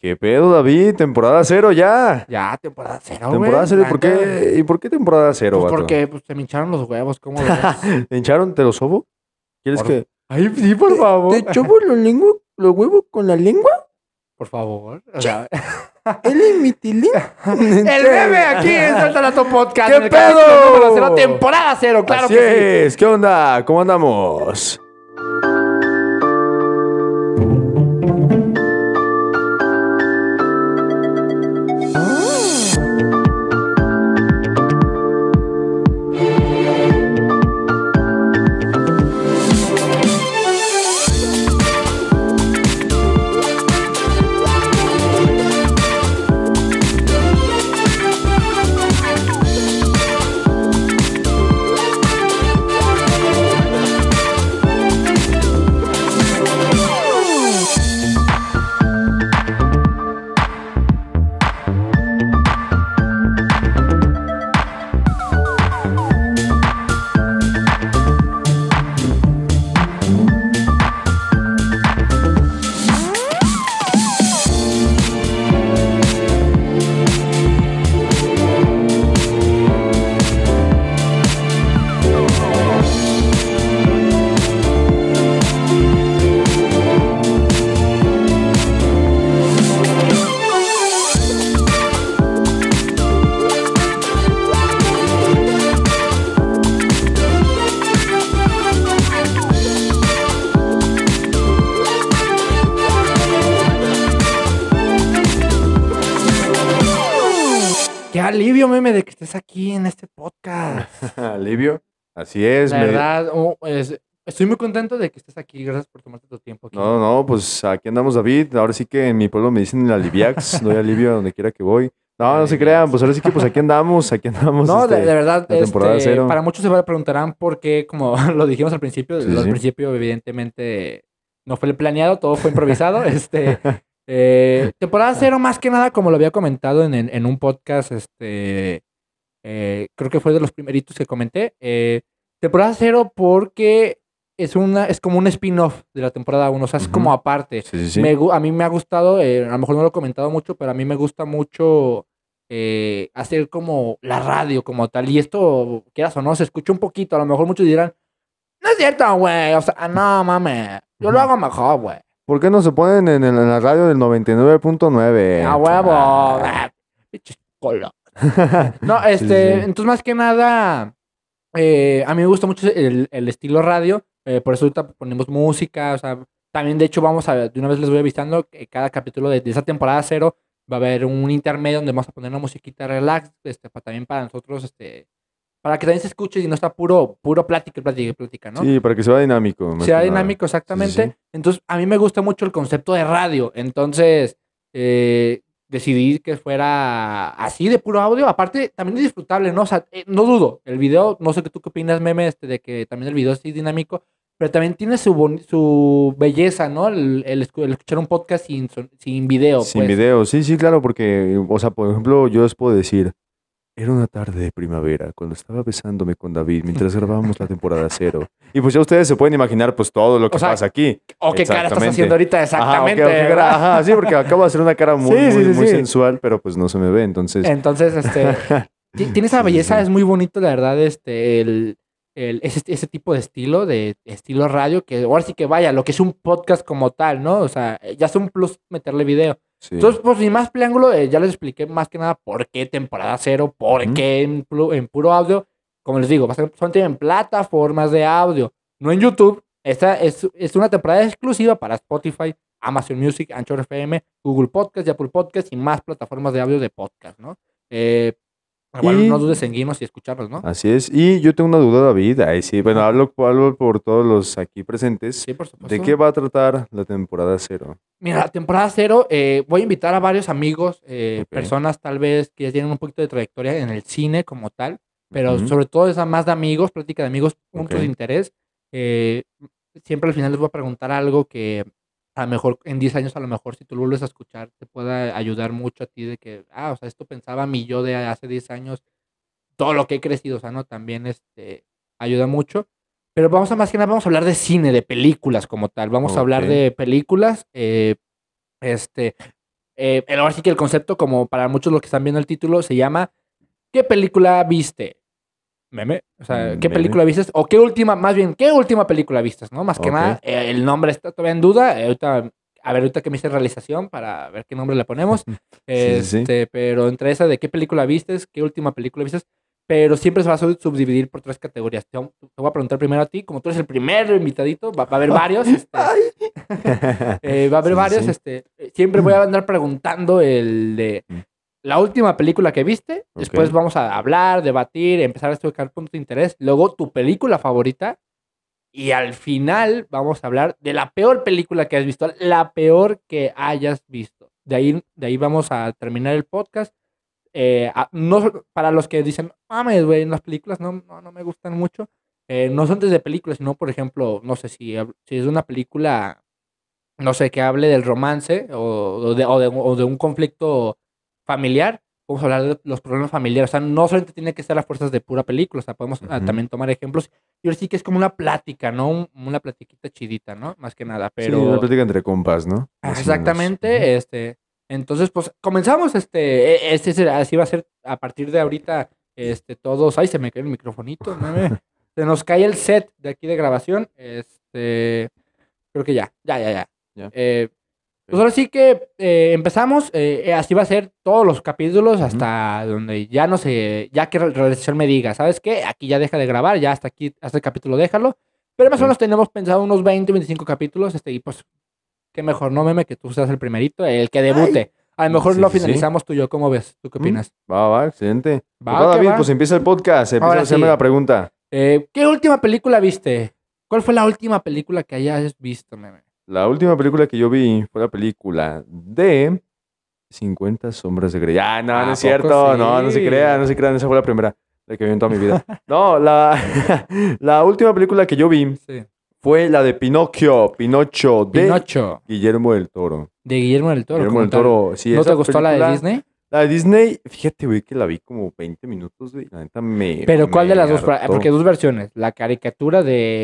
¿Qué pedo, David? Temporada cero ya. Ya, temporada cero, Temporada güey. cero, ¿y La por neta, qué? ¿Y por qué temporada cero, Pues vato? porque se me hincharon los huevos, ¿cómo ves? ¿Te hincharon? ¿Te lo sobo? ¿Quieres Por- que...? Ay, sí, por favor. ¿Te chobo los huevos con la lengua? Por favor. O sea, ¿Él es mi tilín? el bebé aquí en Saltalato Podcast. ¿Qué en el pedo? capítulo número 0, temporada 0, claro Así que sí. es. ¿Qué onda? ¿Cómo andamos? Qué alivio, meme, de que estés aquí en este podcast. Alivio. Así es. La verdad, estoy muy contento de que estés aquí. Gracias por tomarte tu tiempo aquí. No, pues aquí andamos, David. Ahora sí que en mi pueblo me dicen el aliviax. Doy alivio a donde quiera que voy. No se crean. Pues ahora sí que pues aquí andamos. No, de verdad, la temporada cero. para muchos se preguntarán por qué, como lo dijimos al principio, Sí, al sí. principio evidentemente no fue planeado, todo fue improvisado. Temporada 0 más que nada, como lo había comentado en un podcast, creo que fue de los primeritos que comenté. Temporada 0 porque es como un spin-off de la temporada 1, o sea, es como aparte. Sí. A mí me ha gustado, a lo mejor no lo he comentado mucho, pero a mí me gusta mucho hacer como la radio como tal. Y esto, quieras o no, se escucha un poquito. A lo mejor muchos dirán, no es cierto, güey. O sea, no mames, yo lo hago mejor, güey. ¿Por qué no se ponen en la radio del 99.9? A huevo. Pinches cola. No, Sí. entonces más que nada, a mí me gusta mucho el estilo radio, por eso ahorita ponemos música, o sea, también de hecho vamos a, de una vez les voy avisando que cada capítulo de esa temporada 0 va a haber un intermedio donde vamos a poner una musiquita relax, también para nosotros, para que también se escuche y no está puro plática, ¿no? Sí, para que sea dinámico. más Sea que nada. dinámico, exactamente. Sí. Entonces, a mí me gusta mucho el concepto de radio. Entonces, decidí que fuera así de puro audio. Aparte, también es disfrutable, ¿no? O sea, no dudo. El video, no sé qué tú qué opinas, meme, de que también el video es así dinámico, pero también tiene su belleza, ¿no? El escuchar un podcast sin video, Sin pues. video, sí, claro, porque, o sea, por ejemplo, yo les puedo decir, era una tarde de primavera cuando estaba besándome con David mientras grabábamos la temporada 0. Y pues ya ustedes se pueden imaginar pues todo lo que O sea, pasa aquí. O qué cara estás Exactamente. haciendo ahorita, exactamente. Ajá, qué cara, ajá, sí, porque acabo de hacer una cara muy, Sí, muy sí. sensual, pero pues no se me ve, entonces... Entonces, tiene esa belleza, Sí. es muy bonito, la verdad, ese tipo de estilo radio, que ahora sí que vaya, lo que es un podcast como tal, ¿no? O sea, ya es un plus meterle video. Sí. Entonces, pues sin más preámbulo, ya les expliqué más que nada por qué temporada 0, por qué en puro audio. Como les digo, va a ser solamente en plataformas de audio, no en YouTube. Esta es una temporada exclusiva para Spotify, Amazon Music, Anchor FM, Google Podcast y Apple Podcast y más plataformas de audio de podcast, ¿no? Igual no dudes en seguirnos y escucharnos, ¿no? Así es. Y yo tengo una duda, David. Ahí sí, bueno, hablo por todos los aquí presentes. Sí, por supuesto. ¿De qué va a tratar la temporada 0? Mira, la temporada 0, voy a invitar a varios amigos, Ok. personas tal vez que ya tienen un poquito de trayectoria en el cine como tal, pero Ujú. sobre todo es más de amigos, plática de amigos, puntos Ok. de interés. Siempre al final les voy a preguntar algo que a lo mejor en 10 años, a lo mejor si tú lo vuelves a escuchar, te pueda ayudar mucho a ti de que, o sea, esto pensaba mi yo de hace 10 años, todo lo que he crecido, o sea, ¿no? También ayuda mucho. Pero más que nada, vamos a hablar de cine, de películas como tal. Vamos a hablar Ok. de películas. ahora sí que el concepto, como para muchos los que están viendo el título, se llama ¿qué película viste? Meme. O sea, ¿qué Meme. película viste? O qué última película viste, ¿no? Más que Ok. nada, el nombre está todavía en duda. Ahorita que me hice realización para ver qué nombre le ponemos. Sí. Pero entre esa de qué película vistes, qué última película vistes, pero siempre se va a subdividir por 3 categorías. Te voy a preguntar primero a ti, como tú eres el primer invitadito, va a haber varios, va a haber Sí, varios, sí. siempre voy a andar preguntando el de la última película que viste, después Ok. vamos a hablar, debatir, empezar a estudiar puntos de interés, luego tu película favorita y al final vamos a hablar de la peor película que has visto, la peor que hayas visto. De ahí vamos a terminar el podcast. No, para los que dicen, mames, güey, las películas no me gustan mucho, no son desde películas, sino, por ejemplo, no sé si es una película, no sé, que hable del romance o de un conflicto familiar, vamos a hablar de los problemas familiares. O sea, no solamente tiene que ser las fuerzas de pura película, o sea, podemos también tomar ejemplos. Y ahora sí que es como una plática, ¿no? Una platiquita chidita, ¿no? Más que nada, Sí, una pero plática entre compas, ¿no? Más o menos. exactamente, entonces, pues, comenzamos, así va a ser a partir de ahorita, todos, ay, se me cae el microfonito, se nos cae el set de aquí de grabación, creo que ya. Ya. Pues ahora sí que empezamos, así va a ser todos los capítulos Ujú. hasta donde ya que realización me diga, ¿sabes qué? Aquí ya deja de grabar, ya hasta aquí, hasta el capítulo déjalo, pero más o Ok. menos tenemos pensado unos 20, 25 capítulos, y pues, qué mejor, ¿no, meme? Que tú seas el primerito, el que debute. A lo mejor lo Sí. finalizamos tú y yo, ¿cómo ves? ¿Tú qué opinas? Va, excelente. Pues Va, va, que David, va. pues empieza el podcast, empieza a Ahora hacerme sí. la pregunta. ¿Qué última película viste? ¿Cuál fue la última película que hayas visto, meme? La última película que yo vi fue la película de 50 sombras de Grey. Ah, no ¿A es poco cierto. No, no se sí? crean, no se crean. Esa fue la primera, la que vi en toda mi vida. No, la última película que yo vi Sí. fue la de Pinocho de Pinocho, Guillermo del Toro. de Guillermo del Toro, Guillermo como del tal. Toro, sí, ¿No te esa gustó la de película. Disney? La de Disney, fíjate, güey, que la vi como 20 minutos, güey. La neta Pero ¿cuál de me las dos? hartó. Porque hay dos versiones. La caricatura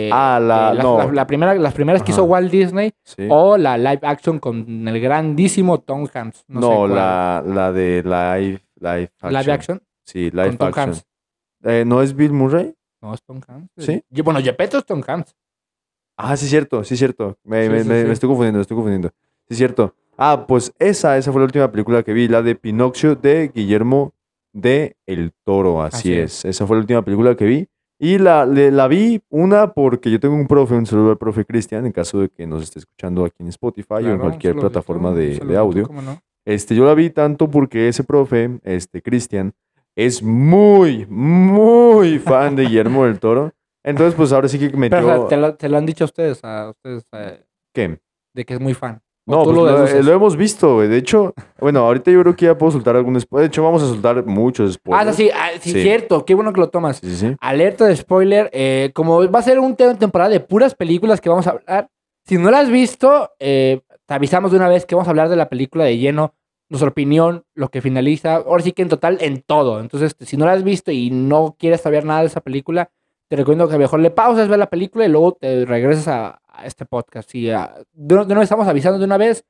No. las primeras que hizo Ajá, Walt Disney sí. o la live action con el grandísimo Tom Hanks. No sé No, cuál. la de live action. Live action Sí, live con Tom action. Hanks. ¿No es Bill Murray? No, es Tom Hanks. ¿Sí? Bueno, Gepetto es Tom Hanks. Ah, sí, cierto, sí, cierto. Me Sí. estoy confundiendo. Sí, cierto. Ah, pues esa fue la última película que vi, la de Pinocchio de Guillermo de El Toro, así Así es. Esa fue la última película que vi. Y la vi, una, porque yo tengo un profe, un saludo al profe Cristian, en caso de que nos esté escuchando aquí en Spotify o en Claro, cualquier un saludito, plataforma un de saludito, audio. ¿cómo no? Yo la vi tanto porque ese profe, Cristian, es muy, muy fan de Guillermo del Toro. Entonces, pues ahora sí que Pero, metió... o sea, te lo han dicho a ustedes, ¿Qué? de que es muy fan. O No, tú pues lo deduces. lo hemos visto, güey. De hecho, bueno, ahorita yo creo que ya puedo soltar algún spoiler. De hecho, vamos a soltar muchos spoilers. Sí, Sí. cierto. Qué bueno que lo tomas. Sí. Alerta de spoiler. Como va a ser una temporada de puras películas que vamos a hablar, si no la has visto, te avisamos de una vez que vamos a hablar de la película de lleno, nuestra opinión, lo que finaliza. Ahora sí que en total, en todo. Entonces, si no la has visto y no quieres saber nada de esa película, te recomiendo que mejor le pauses, ver la película y luego te regreses a este podcast. Sí, de una vez estamos avisando de una vez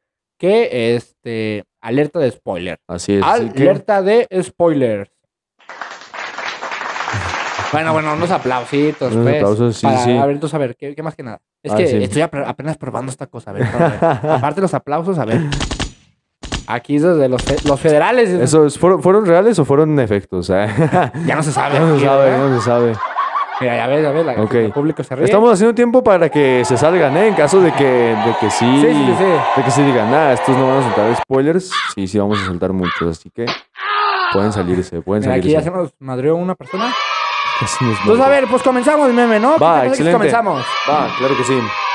que alerta de spoiler. Así es. Así que, Alerta de spoilers. Bueno, unos aplausitos, unos pues. aplausos, sí, Para, sí. A ver, entonces, a ver, ¿qué más que nada? Es Ah, que sí. estoy apenas probando esta cosa. A ver. Aparte de los aplausos, a ver. Aquí es desde los federales. ¿Esos fueron reales o fueron efectos? Ya no se sabe. Ya no aquí, se sabe, ¿verdad? no se sabe. Mira, ya ves, Ok. el público se ríe. Estamos haciendo tiempo para que se salgan, ¿eh? En caso de que sí. Sí. De que sí digan, nada, estos no van a soltar spoilers. Sí, vamos a soltar muchos. Así que pueden salirse. Mira, aquí ya se nos madreó una persona. Así nos Entonces, a ver, pues comenzamos, meme, ¿no? ¿Qué te Va, parece que excelente. comenzamos? Va, claro que sí.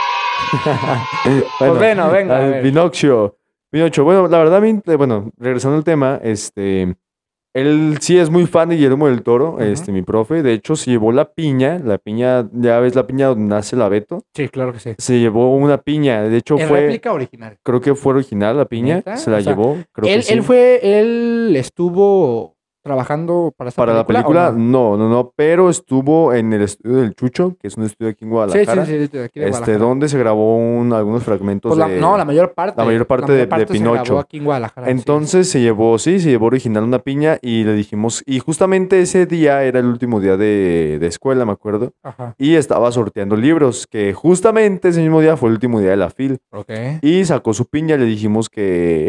Pues bueno, venga, a ver. Pinocho. Bueno, la verdad, bueno, regresando al tema, él sí es muy fan de Guillermo del Toro, Ujú. mi profe. De hecho, se llevó la piña, ya ves la piña donde nace el abeto. Sí, claro que sí. Se llevó una piña. De hecho, ¿En fue, réplica original? creo que fue original la piña. ¿Neta? Se la O sea, llevó, creo que sí. Él estuvo trabajando para esta Para la película? película, ¿O no? no, pero estuvo en el estudio del Chucho, que es un estudio aquí en Sí, Guadalajara, de aquí de Guadalajara. donde se grabó algunos fragmentos Pues no, de la mayor parte de se grabó Pinocho. aquí en Guadalajara, así es. Entonces se llevó original una piña y le dijimos, y justamente ese día era el último día de escuela, me acuerdo, Ajá. y estaba sorteando libros, que justamente ese mismo día fue el último día de la FIL, Ok. y sacó su piña, le dijimos que,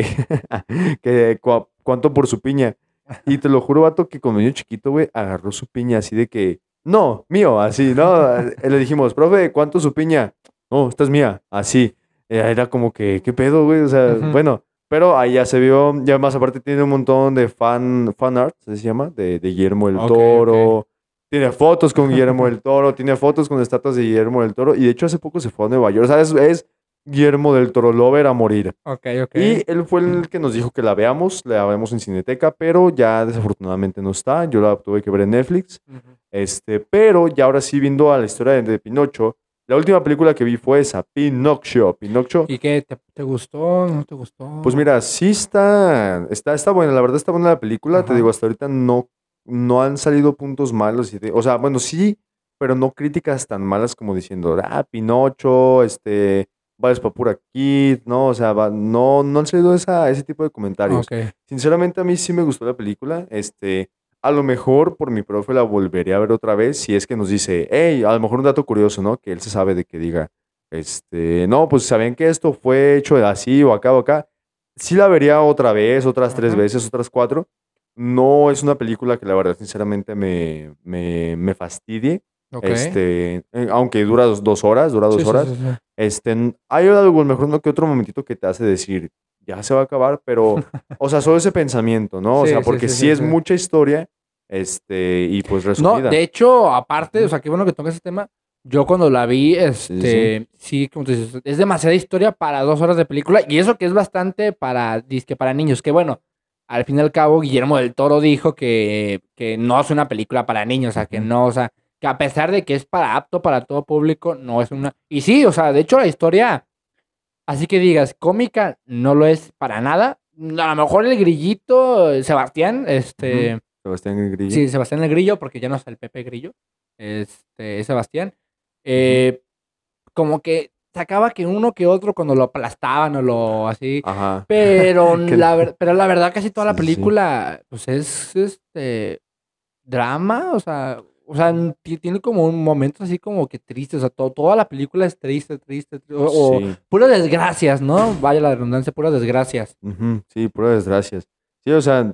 cuánto por su piña, y te lo juro, vato, que como niño chiquito, güey, agarró su piña así de que, no, mío, así, ¿no? Le dijimos, profe, ¿cuánto su piña? No, esta es mía, así. Era como que, ¿qué pedo, güey? O sea, Ujú. bueno, pero ahí ya se vio, ya más aparte tiene un montón de fan art, ¿se llama? De Guillermo del Ok, ok. Toro. Tiene fotos con Guillermo del Toro, tiene fotos con estatuas de Guillermo del Toro. Y de hecho hace poco se fue a Nueva York. O sea, es Guillermo del Toro Lover a morir. Ok, ok. Y él fue el que nos dijo que la vemos en Cineteca, pero ya desafortunadamente no está. Yo la tuve que ver en Netflix. Ujú. Pero ya ahora sí, viendo a la historia de Pinocho, la última película que vi fue esa, Pinocchio. Pinocchio, ¿Y qué? ¿Te gustó? ¿No te pues gustó? mira, sí está buena, la verdad está buena la película, te digo, Ajá. hasta ahorita no han salido puntos malos, o sea, bueno, sí, pero no críticas tan malas como diciendo, Pinocho, va pa' pura kid, ¿no? O sea, no han salido ese tipo de comentarios. Ok. Sinceramente, a mí sí me gustó la película, a lo mejor por mi profe la volveré a ver otra vez, si es que nos dice, hey, a lo mejor un dato curioso, ¿no? Que él se sabe de que diga. No, pues sabían que esto fue hecho de así o acá o acá. Sí la vería otra vez, otras tres Ajá. veces, otras cuatro. No es una película que la verdad, sinceramente, me fastidie. Ok. Aunque dura 2 horas, dura Sí, dos sí, sí, horas. sí. Hay algo, a lo mejor no que otro momentito que te hace decir, ya se va a acabar, pero, o sea, solo ese pensamiento, ¿no? O sea, Sí, sí, porque sí, sí sí, es sí. mucha historia, y pues No, de resumida. hecho, aparte, o Ujú. sea, qué bueno que toques ese tema. Yo cuando la vi, Sí, sí, sí. sí, como tú dices, es demasiada historia para 2 horas de película y eso que es bastante dizque para niños, que bueno, al fin y al cabo Guillermo del Toro dijo que no es una película para niños, o sea, que Ujú. no, o sea, que a pesar de que es para apto para todo público, no es una... Y sí, o sea, de hecho la historia, así que digas, cómica, no lo es para nada. A lo mejor el grillito, Sebastián, Ujú. Sebastián Grillo. sí, Sebastián el Grillo, porque ya no es el Pepe Grillo. Es Sebastián. Ujú. Eh, como que sacaba que uno que otro cuando lo aplastaban o lo así. Ajá. Pero Que pero la verdad, casi toda la sí, sí, sí. película, pues es drama. O sea, tiene como un momento así como que triste. O sea, toda la película es triste, triste, o Sí. puras desgracias, ¿no? Vaya la redundancia, puras desgracias. Ujú. Sí, puras desgracias. Sí, o sea,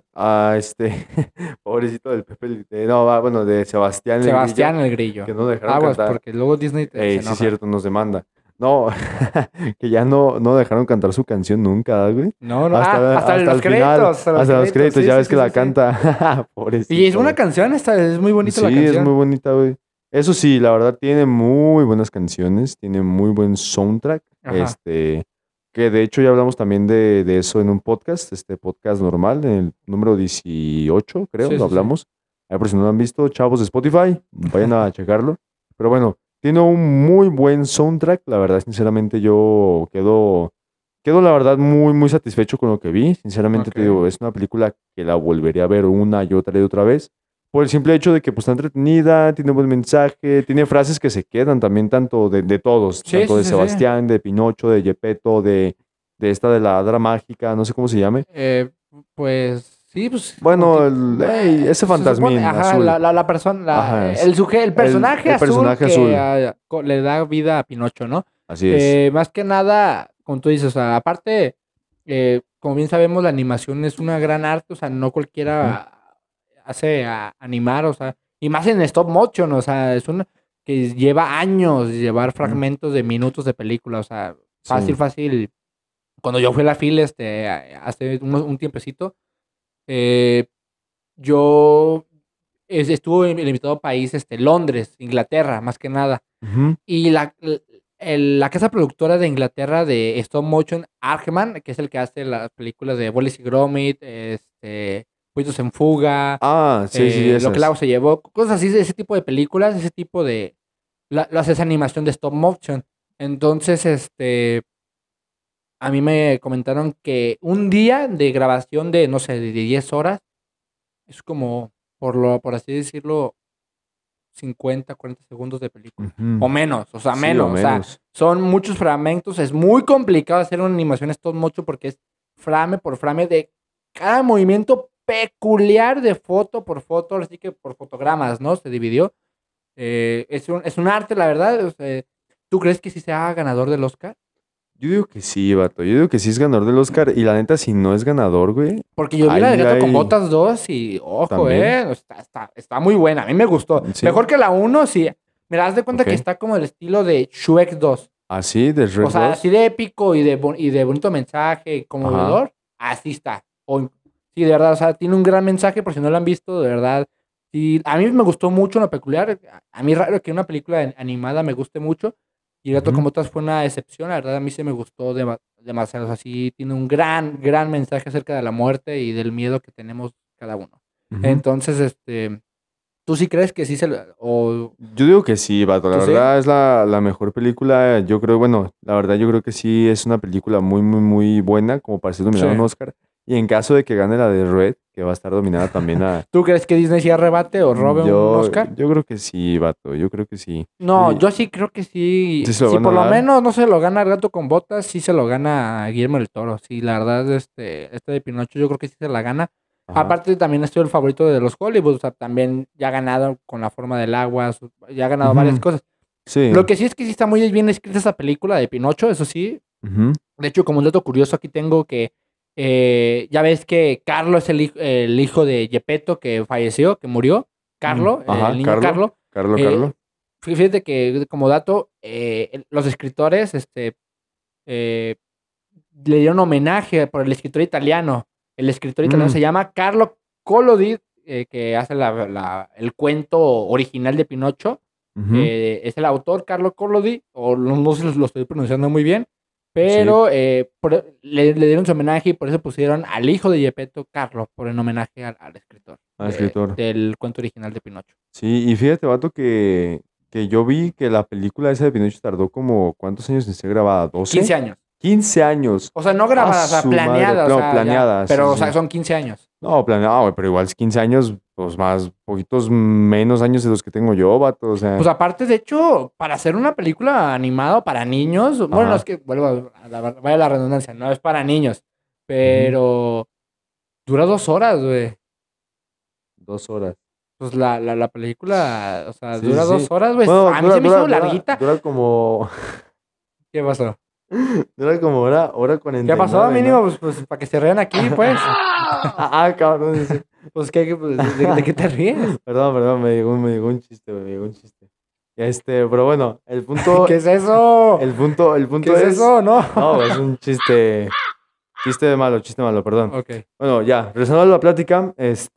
pobrecito del Pepe, no, bueno, de Sebastián el Grillo, Sebastián el que Grillo. no lo dejaron Aguas, cantar. porque luego Disney se Sí, enoja. cierto, nos demanda. No, que ya no dejaron cantar su canción nunca, güey. No, no. Hasta, Hasta hasta los el final, créditos, hasta los hasta los créditos. créditos, Sí, ya sí, ves que sí, sí, la sí. canta. Y es una Pobrecito. canción, es muy bonita la Sí, es muy canción. bonita, güey. Eso sí, la verdad tiene muy buenas canciones, tiene muy buen soundtrack, Ajá. que de hecho ya hablamos también de eso en un podcast, podcast normal, en el número 18, creo, Sí, lo sí, sí. hablamos. A ver, por si no lo han visto, chavos de Spotify, vayan a checarlo. Pero bueno, tiene un muy buen soundtrack, la verdad, sinceramente yo quedo la verdad muy satisfecho con lo que vi. Sinceramente te Ok. digo, es una película que la volvería a ver una y otra vez por el simple hecho de que pues, está entretenida, tiene buen mensaje, tiene frases que se quedan también tanto de todos, Sí, tanto sí, de sí, sí. Sebastián, de Pinocho, de Gepetto, de esta de la Hada Mágica, no sé cómo se llame. Eh, pues sí, pues como Bueno, ey, ese se supone, fantasmín ajá, azul. la persona, Ajá, el personaje el azul personaje que azul. le da vida a Pinocho, ¿no? Así es. Más que nada, como tú dices, o sea, aparte, como bien sabemos, la animación es una gran arte, o sea, no Ujú. cualquiera hace animar, o sea, y más en stop motion, o sea, es una que lleva años llevar Ujú. fragmentos de minutos de película, o sea, fácil, Sí. fácil. Cuando yo fui a la fila, hace un tiempecito, eh, yo estuve en el invitado país, Londres, Inglaterra, más que nada. Ujú. Y la casa productora de Inglaterra de stop motion, Aardman, que es el que hace las películas de Wallace y Gromit, Cuentos en Fuga, Ah, sí, sí, Lo que el agua esas. se llevó, cosas así, de ese tipo de películas, ese tipo de... Lo hace esa animación de stop motion. Entonces, a mí me comentaron que un día de grabación de, no sé, de 10 horas, es como, por así decirlo, 50, 40 segundos de película. O menos, o sea, Sí, menos. o O sea, menos. son muchos fragmentos. Es muy complicado hacer una animación stop motion porque es frame por frame de cada movimiento peculiar de foto por foto, así que por fotogramas, ¿no? Se dividió. Es un arte, la verdad. O sea, ¿tú crees que sí sea ganador del Oscar? Yo digo que sí, vato. Yo digo que sí es ganador del Oscar. Y la neta, si no es ganador, güey, Porque yo vi la del ahí Gato con hay Botas 2 y, ojo, también. está muy buena. A mí me gustó. Sí, Mejor que la uno sí. Mira, haz de cuenta que ok. está como el estilo de Shrek 2. Así, de O Shrek sea, así 2. de épico y de bonito mensaje, Ajá. conmovedor, así está. Sí, de verdad, o sea, tiene un gran mensaje, por si no lo han visto, de verdad. Sí, a mí me gustó mucho en lo peculiar. A mí raro que una película animada me guste mucho. Y el Gato Ujú, como otras fue una excepción, la verdad, a mí se me gustó demasiado. O sea, sí, tiene un gran mensaje acerca de la muerte y del miedo que tenemos cada uno. ujú. Entonces, ¿tú sí crees que sí o Yo digo que sí, vato. La tú sí? verdad es la mejor película. Yo creo, bueno, la verdad yo creo que sí es una película muy, muy, muy buena como para ser Sí. nominada a un Oscar. Y en caso de que gane la de Red, que va a estar dominada también a... ¿Tú crees que Disney sí arrebate o robe un Oscar? Yo creo que sí, vato. Yo creo que sí. No, Y yo sí creo que sí. sí se lo Si van a por lo dar. menos no se lo gana el Gato con Botas, sí se lo gana Guillermo del Toro. Sí, la verdad, este de Pinocho yo creo que sí se la gana. Ajá. Aparte, también estoy el favorito de los Hollywood. O sea, también ya ha ganado con La forma del agua, ya ha ganado varias Ujú, cosas. Lo sí. que sí es que sí está muy bien escrita esa película de Pinocho, eso sí. Ujú, De hecho, como un dato curioso, aquí tengo que ya ves que Carlos es el hijo de Gepetto que falleció, que murió. Carlo, el ajá. niño Carlo. Carlo. Carlo, Eh, Carlo. Fíjate que como dato, los escritores eh, le dieron homenaje por el escritor italiano. El escritor italiano Mm, se llama Carlo Collodi, que hace el cuento original de Pinocho. ujú, Es el autor Carlo Collodi, o no sé si lo estoy pronunciando muy bien, sí, pero le dieron su homenaje y por eso pusieron al hijo de Gepetto Carlo, por el homenaje al escritor al escritor. del cuento original de Pinocho. Sí, y fíjate, vato, que yo vi que la película esa de Pinocho tardó como, ¿cuántos años en ser grabada? 15 ¿12? años. 15 años. O sea, no A grabada, o sea, su madre. planeada, o No, sea, ya. planeada, sí, Pero, sí, o sea, sí. son 15 años. No, planeada, güey, pero igual es 15 años, pues más, poquitos menos años de los que tengo yo, vato, o sea. Pues aparte, de hecho, para hacer una película animada para niños, bueno, no es Ajá. que, vuelvo vaya la redundancia, no es para niños, Ujú, pero dura 2 horas, güey. 2 horas. Pues la película, o sea, Sí, sí, dura dos sí. horas, güey. Bueno, A mí se me hizo larguita. dura como, ¿Qué pasó? dura como hora ¿Qué pasó, 49, mínimo? ¿no? Pues para que se rían aquí, pues. Cabrón, sí. Pues, ¿de qué te ríes? Perdón, me llegó un chiste, güey, me llegó un chiste. Pero bueno, ¿Qué es eso? el ¿Qué punto es es, eso? No. no, es un chiste malo, perdón. Ok. Bueno, ya, regresando a la plática,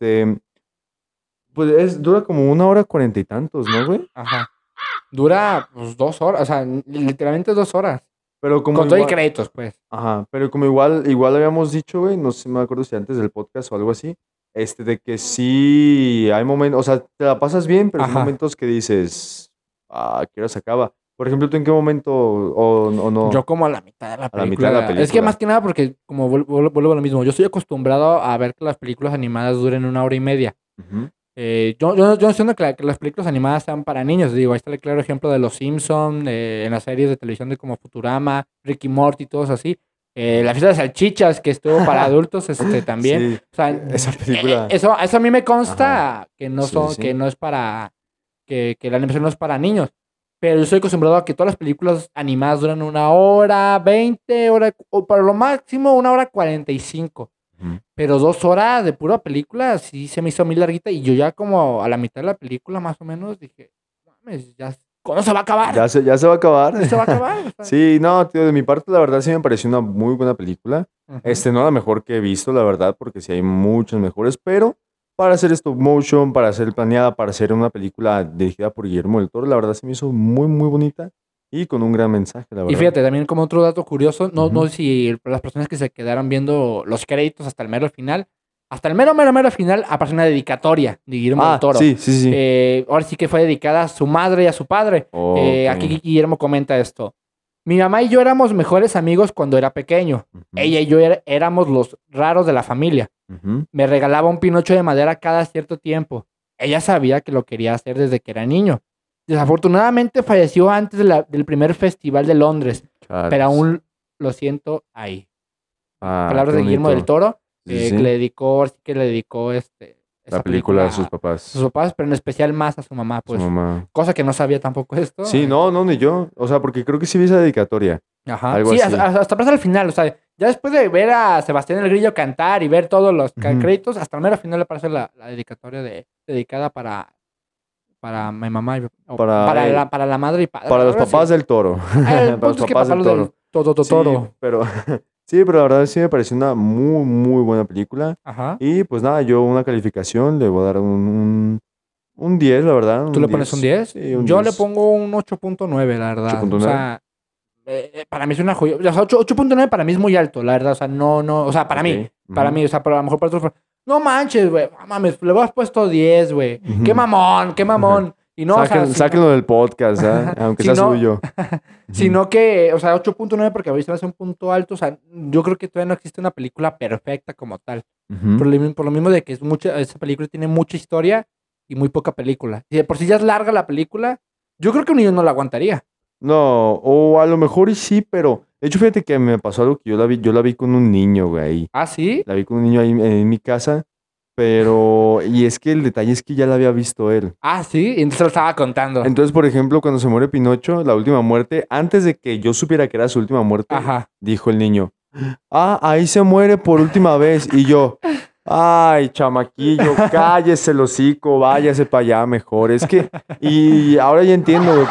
pues dura como 1 hora 40 y tantos, ¿no, güey? Ajá. Dura, pues, 2 horas, o sea, literalmente 2 horas. Pero como Con todo y igual, créditos, pues. ajá, pero como igual habíamos dicho, güey, no sé si me acuerdo si antes del podcast o algo así, de que sí hay momentos, o sea, te la pasas bien, pero hay Ajá. momentos que dices, ¿qué hora se acaba? Por ejemplo, ¿tú en qué momento o no? Yo como a la mitad de la A la mitad de la película. Es que más película. que nada porque, como vuelvo a lo mismo, yo estoy acostumbrado a ver que las películas animadas duren 1 hora y media. Ujú, Yo no estoy diciendo que las películas animadas sean para niños. Digo, ahí está el claro ejemplo de Los Simpson, en las series de televisión de como Futurama, Ricky Morty, todos así. La fiesta de salchichas, que estuvo para adultos, también. sí, O sea, esa película, eso a mí me ajá, consta sí, sí, que sí. no es para, que la animación no es para niños. Pero yo estoy acostumbrado a que todas las películas animadas duran 1 hora 20, o para lo máximo 1 hora 45. Ujú. Pero 2 horas de pura película sí se me hizo muy larguita y yo ya como a la mitad de la película más o menos dije, mames, ¿cuándo se va a acabar? Ya se va a acabar. ¿Cuándo se va a acabar? O sea, Sí, no, tío, de mi parte, la verdad sí me pareció una muy buena película. ujú. No la mejor que he visto, la verdad, porque sí hay muchas mejores, pero para hacer stop motion, para ser planeada, para hacer una película dirigida por Guillermo del Toro, la verdad se me hizo muy, muy bonita y con un gran mensaje, la Y verdad. fíjate, también como otro dato curioso, no Ujú. sé si las personas que se quedaron viendo los créditos hasta el mero final, hasta el mero final aparece una dedicatoria de Guillermo del Toro. Sí, sí, sí. Ahora sí que fue dedicada a su madre y a su padre. Ok. Aquí Guillermo comenta esto. Mi mamá y yo éramos mejores amigos cuando era pequeño. Ujú, Ella y yo éramos los raros de la familia. ujú. Me regalaba un pinocho de madera cada cierto tiempo. Ella sabía que lo quería hacer desde que era niño. Desafortunadamente falleció antes del primer festival de Londres, pero Chales. aún lo siento ahí. Ah, Palabras qué de Guillermo del bonito. Toro, Sí, que sí, le sí. dedicó, sí que le dedicó La esa película de película sus a sus papás, papás, pero en especial más a su mamá, su pues. mamá. Cosa que no sabía tampoco esto. Sí, no, no, ni yo. O sea, porque creo que sí vi esa dedicatoria. Ajá. Algo Sí, así. hasta pasa al final, o sea, ya después de ver a Sebastián el Grillo cantar y ver todos los Ujú. créditos, hasta el mero final le aparece la dedicatoria dedicada para mi mamá o Para, para la madre y padre, para los algo papás así. del Toro. El Para los punto es que papás papá del lo del Toro. Sí, Toro. pero sí, pero la verdad sí me pareció una muy, muy buena película. Ajá. Y pues nada, yo una calificación le voy a dar un 10, la verdad, ¿Tú un le pones un 10. 10? Sí, un Yo le 10. pongo un 8.9, la verdad. O 8.9. sea, para mí es una joya. O sea, 8.9 para mí es muy alto, la verdad. O sea, no. O sea, Ok. para Ujú, mí, o sea, pero a lo mejor para otros. No manches, güey. No mames, le hubieras puesto 10, güey. Qué ujú. mamón, qué mamón. Y no, o sea, Sáquenlo del podcast, ¿ah? Aunque sea sino, suyo. Ujú, sino que, o sea, 8.9 porque a mí se me hace un punto alto. O sea, yo creo que todavía no existe una película perfecta como tal. ujú. Por lo mismo de que esa película tiene mucha historia y muy poca película. Y de por sí ya es larga la película, yo creo que un niño no la aguantaría. No, o a lo mejor y sí, pero de hecho fíjate que me pasó algo que yo la vi con un niño, güey, ahí. ¿Ah, sí? La vi con un niño ahí en mi casa, pero y es que el detalle es que ya la había visto él. Ah, sí. Y entonces lo estaba contando. Entonces, por ejemplo, cuando se muere Pinocho, la última muerte, antes de que yo supiera que era su última muerte, Ajá. dijo el niño, ah, ahí se muere por última vez. Y yo, ay, chamaquillo, cállese el hocico, váyase para allá mejor. Es que, y ahora ya entiendo, güey,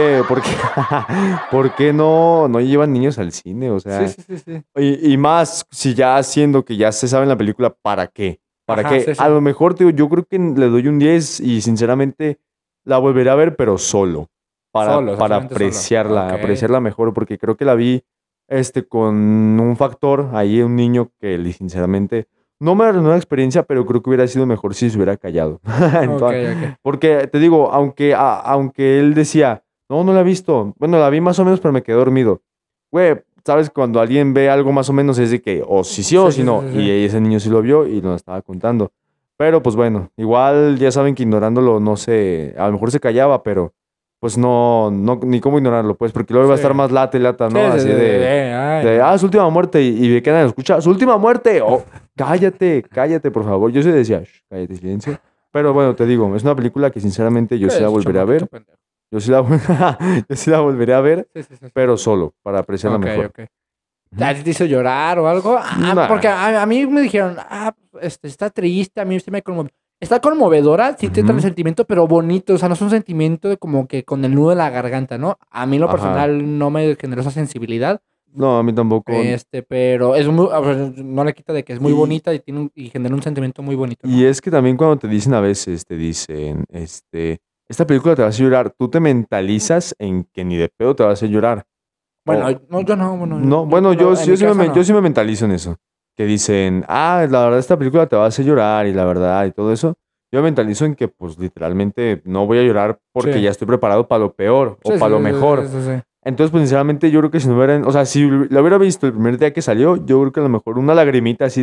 por qué no llevan niños al cine, o Sí, sea, sí, sí, sí. y más si ya haciendo que ya se sabe en la película, ¿para qué? ¿Para Ajá, qué? sí, A sí. lo mejor, te digo, yo creo que le doy un 10 y sinceramente la volveré a ver, pero solo, Solo, o sea, para solamente solo. Ok. apreciarla mejor, porque creo que la vi con un factor ahí, un niño que sinceramente no me arruinó la experiencia, pero creo que hubiera sido mejor si se hubiera callado. Ok, Entonces, ok. porque te digo, aunque él decía, no la he visto, bueno, la vi más o menos, pero me quedé dormido. Güey, sabes, cuando alguien ve algo más o menos es de que o sí o Sí, sí sí, sí, no, sí, y sí. ese niño sí lo vio y nos estaba contando. Pero pues bueno, igual ya saben que ignorándolo no sé, a lo mejor se callaba, pero pues no, ni cómo ignorarlo, pues, porque luego iba a Sí. estar más lata y lata, Sí, ¿no? Así ay, no. su última muerte, y ve que nadie lo escucha, su última muerte, oh, cállate, por favor. Yo sí decía, "Shh, cállate, silencio". Pero bueno, te digo, es una película que sinceramente yo ¿Qué sí es la ese volveré a chamaquito ver, pendejo? yo sí la, yo sí la volveré a ver, Sí, sí, sí, sí. pero solo, para apreciarla Ok, mejor. ok. ¿A Ujú. ti te hizo llorar o algo? Porque Nah. a mí me dijeron, está triste, a mí se me conmovió. Está conmovedora, sí te trae el Ujú. sentimiento, pero bonito, o sea, no es un sentimiento de como que con el nudo en la garganta, ¿no? A mí en lo Ajá. personal no me generó esa sensibilidad, No, a mí tampoco. pero es muy, o sea, no le quita de que es muy Y, bonita y y genera un sentimiento muy bonito, y ¿no? es que también cuando te dicen a veces, te dicen, esta película te va a hacer llorar, tú te mentalizas en que ni de pedo te va a hacer llorar. Bueno, O, no, yo no, bueno, no, bueno, en mi casa yo no. sí me mentalizo en eso. Que dicen, la verdad esta película te va a hacer llorar y la verdad y todo eso. Yo me mentalizo en que pues literalmente no voy a llorar Sí, porque ya estoy preparado para lo peor o sí, sí, para lo sí, mejor. sí, sí, sí. Entonces, pues sinceramente yo creo que si no hubieran, o sea, si la hubiera visto el primer día que salió, yo creo que a lo mejor una lagrimita así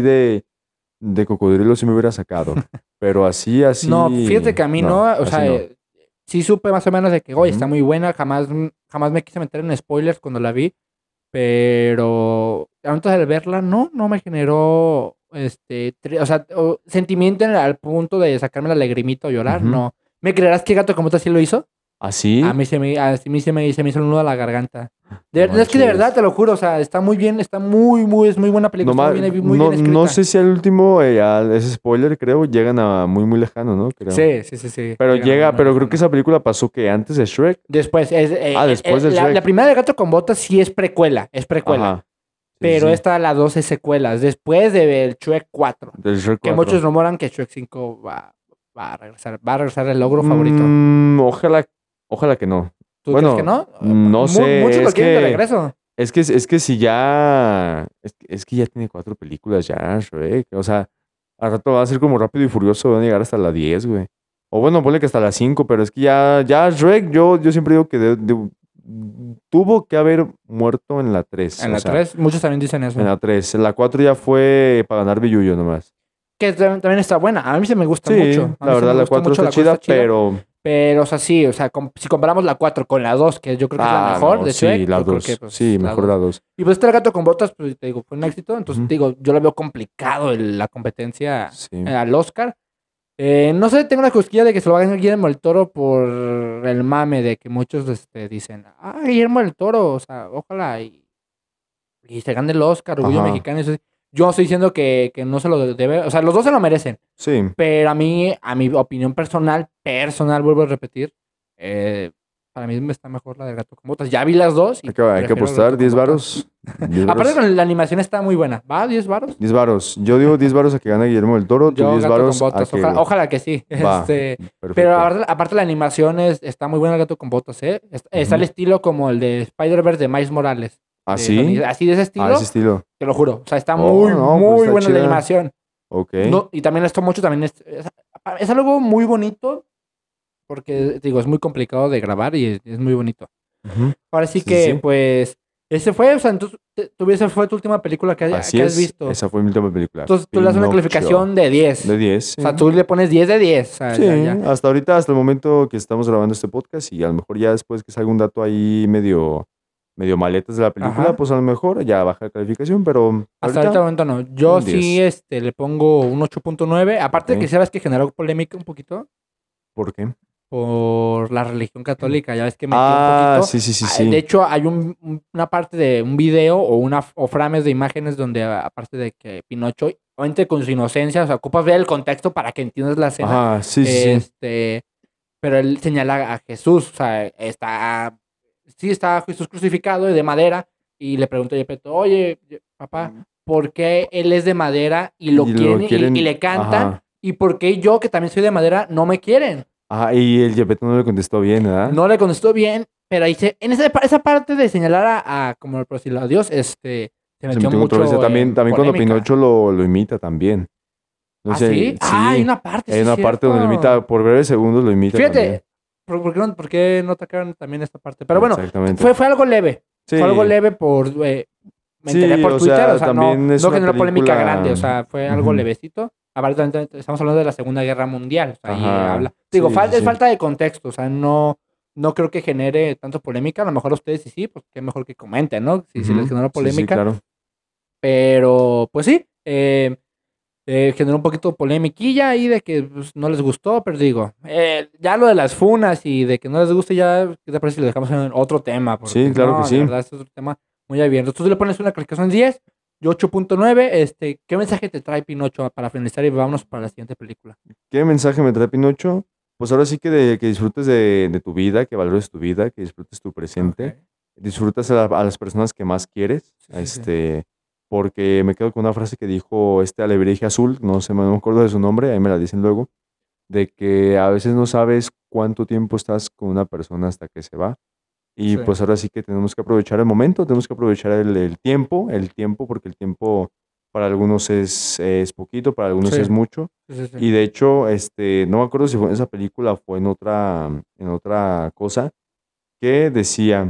de cocodrilo sí me hubiera sacado. Pero No, fíjate así, que a mí no, no, o así sea, no. sí supe más o menos de que, oye, está Ujú, muy buena, jamás me quise meter en spoilers cuando la vi, pero antes de verla, no me generó, o sea, sentimiento al punto de sacarme la lagrimita o llorar, ujú. no. ¿Me creerás que Gato como sí lo hizo? ¿Así? A mí se me hizo el nudo a la garganta. No Es que de verdad, manches. te lo juro, o sea, está muy bien, es muy buena película, está Nomás, muy bien no escrita. sé si al último, ese spoiler, creo, llegan a muy, muy lejano, ¿no? Creo. Sí, sí, sí, sí, llegan a muy, muy Pero creo que lejano. esa película pasó que antes de Shrek. Después, Después de la Shrek. primera de Gato con Botas sí es precuela, Ajá. Sí, sí, pero sí. esta la 2 es secuelas, después de el Shrek 4, Del Shrek que muchos 4. rumoran que Shrek 5 va a regresar el logro favorito. Ojalá, ojalá que no. ¿Tú crees que Bueno, no? no sé, Muchos lo quieren de regreso. es que si ya, es que ya tiene 4 películas ya, Shrek. O sea, al rato va a ser como Rápido y Furioso, van a llegar hasta la 10, güey. O bueno, ponle que hasta la 5, pero es que ya Shrek, yo siempre digo que tuvo que haber muerto en la 3. En la 3, muchos también dicen eso. En la 3. En la 4 ya fue para ganar billullo nomás. Que también está buena. A mí se me gusta Sí, mucho. A la mí sí verdad me la gusta 4 mucho, está la 4 chida, está chida. pero... Pero, o sea, sí, o sea, si comparamos la 4 con la 2, que yo creo que es la mejor no, de sí, Shrek, la yo creo 2. que, pues, Sí, la mejor 2. la 2. Y pues este El Gato con Botas, pues te digo, fue un éxito. Entonces, Ujú. te digo, yo lo veo complicado la competencia Sí. al Oscar. No sé, tengo la cosquilla de que se lo va a ganar Guillermo del Toro por el mame de que muchos dicen, Guillermo del Toro, o sea, ojalá y se gane el Oscar, Orgullo Ajá. Mexicano. Eso sí. Yo estoy diciendo que no se lo debe, o sea, los dos se lo merecen. Sí. Pero a mi opinión personal, vuelvo a repetir, para mí me está mejor la del Gato con Botas. Ya vi las dos y Hay que prefiero el apostar Gato 10 con Botas. varos. 10 Aparte varos. con la animación está muy buena. ¿Va? ¿10 varos? 10 varos. Yo digo 10 varos a que gane Guillermo del Toro. Tú Yo 10 Gato con varos a Botas. que... Ojalá que sí. Va, Pero perfecto. aparte la animación está muy buena el Gato con Botas, ¿eh? Está el Ujú. estilo como el de Spider-Verse de Miles Morales. ¿Ah, de sí? Sony. Así de ese Ah, estilo, ese estilo. te lo juro. O sea, está Oh, no, pues muy está buena la chida. animación. Ok. No, y también esto mucho, también es algo muy bonito, porque digo, es muy complicado de grabar y es muy bonito. Ujú. Ahora sí Sí, que, sí. pues, ese fue, o sea, entonces, esa fue tu última película que Así has es. visto. Esa fue mi última película. Entonces tú le das una Pinocho. calificación de 10. De 10. O sea, tú le pones 10 de 10. O sea, Sí, ya. hasta ahorita, hasta el momento que estamos grabando este podcast y a lo mejor ya después que salga un dato ahí medio maletas de la película, Ajá. pues a lo mejor ya baja la calificación, pero Hasta ahorita momento no. Yo un sí 10. le pongo un 8.9. Aparte de Ok. que sabes que generó polémica un poquito ¿Por qué? por la religión católica. Ya ves que metió un Ah, poquito. sí, sí, sí, De sí. hecho, hay una parte de un video o frames de imágenes donde, aparte de que Pinocho, obviamente con su inocencia, o sea, ocupas ver el contexto para que entiendas la escena. Ajá, sí, sí, sí. Pero él señala a Jesús, o sea, está Jesús crucificado y de madera, y le pregunta a Yepeto, oye, papá, ¿por qué él es de madera y lo Y quieren lo y quieren, le cantan? ajá. ¿Y por qué yo, que también soy de madera, no me quieren? Ajá, y el Yepeto no le contestó bien, ¿verdad? No le contestó bien, pero ahí en esa parte de señalar como por decirlo a Dios, se Se metió metió en mucho controversia. También cuando polémica. Pinocho lo imita también. No ¿Ah, sé, sí? Hay una parte, hay sí, una parte donde lo imita, por breves segundos lo imita también. Fíjate, ¿por qué no atacaron también esta parte? Pero bueno, Exactamente. fue algo leve. Sí. Fue algo leve me enteré Sí, por o Twitter, sea, o sea, también es no una generó polémica película. grande, o sea, fue algo Ujú. levecito. Aparte, estamos hablando de la Segunda Guerra Mundial, o sea, ahí Ajá. habla. Digo, Sí, sí, es sí. falta de contexto, o sea, no creo que genere tanto polémica. A lo mejor a ustedes sí, pues qué mejor que comenten, ¿no? Si les Ujú. generó Sí, sí, polémica. claro. Pero, pues sí, generó un poquito de polemiquilla ahí de que pues, no les gustó, pero digo, ya lo de las funas y de que no les guste, ya, ¿qué te parece si lo dejamos en otro tema? Porque Sí, claro que de sí. verdad, este es otro tema muy abierto. Tú le pones una calificación 10, yo 8.9. ¿Qué mensaje te trae Pinocho para finalizar y vámonos para la siguiente película? ¿Qué mensaje me trae Pinocho? Pues ahora sí que disfrutes de tu vida, que valores tu vida, que disfrutes tu presente, Ok. disfrutas a las personas que más quieres, Sí. porque me quedo con una frase que dijo Alebrije Azul, no sé, no me acuerdo de su nombre, ahí me la dicen luego, de que a veces no sabes cuánto tiempo estás con una persona hasta que se va. Y Sí. pues ahora sí que tenemos que aprovechar el momento, tenemos que aprovechar el tiempo, porque el tiempo para algunos es poquito, para algunos Sí. es mucho. Sí. Y de hecho, no me acuerdo si fue en esa película o fue en otra cosa, que decía,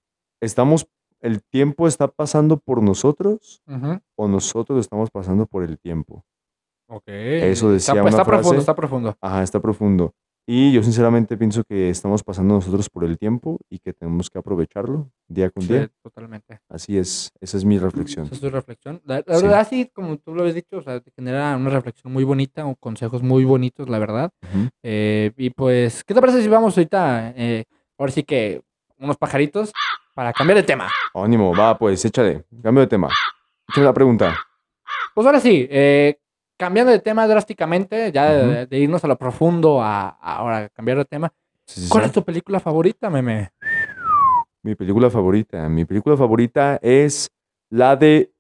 el tiempo está pasando por nosotros Ujú. o nosotros estamos pasando por el tiempo. Ok. Eso decía una Está profundo, frase. está profundo. Ajá, está profundo. Y yo sinceramente pienso que estamos pasando nosotros por el tiempo y que tenemos que aprovecharlo día con día. Sí, totalmente. Así es, esa es mi reflexión. Esa es tu reflexión. La Sí. verdad, sí, como tú lo habías dicho, o sea, te genera una reflexión muy bonita o consejos muy bonitos, la verdad. Ujú. Y pues, ¿qué te parece si vamos ahorita, ahora sí que, unos pajaritos para cambiar de tema? Ánimo, va, pues, échale. Cambio de tema. Échame la pregunta. Pues ahora sí, cambiando de tema drásticamente, ya Ujú. de irnos a lo profundo ahora cambiar de tema. Sí, sí, ¿Cuál sí. es tu película favorita, meme? Mi película favorita es la de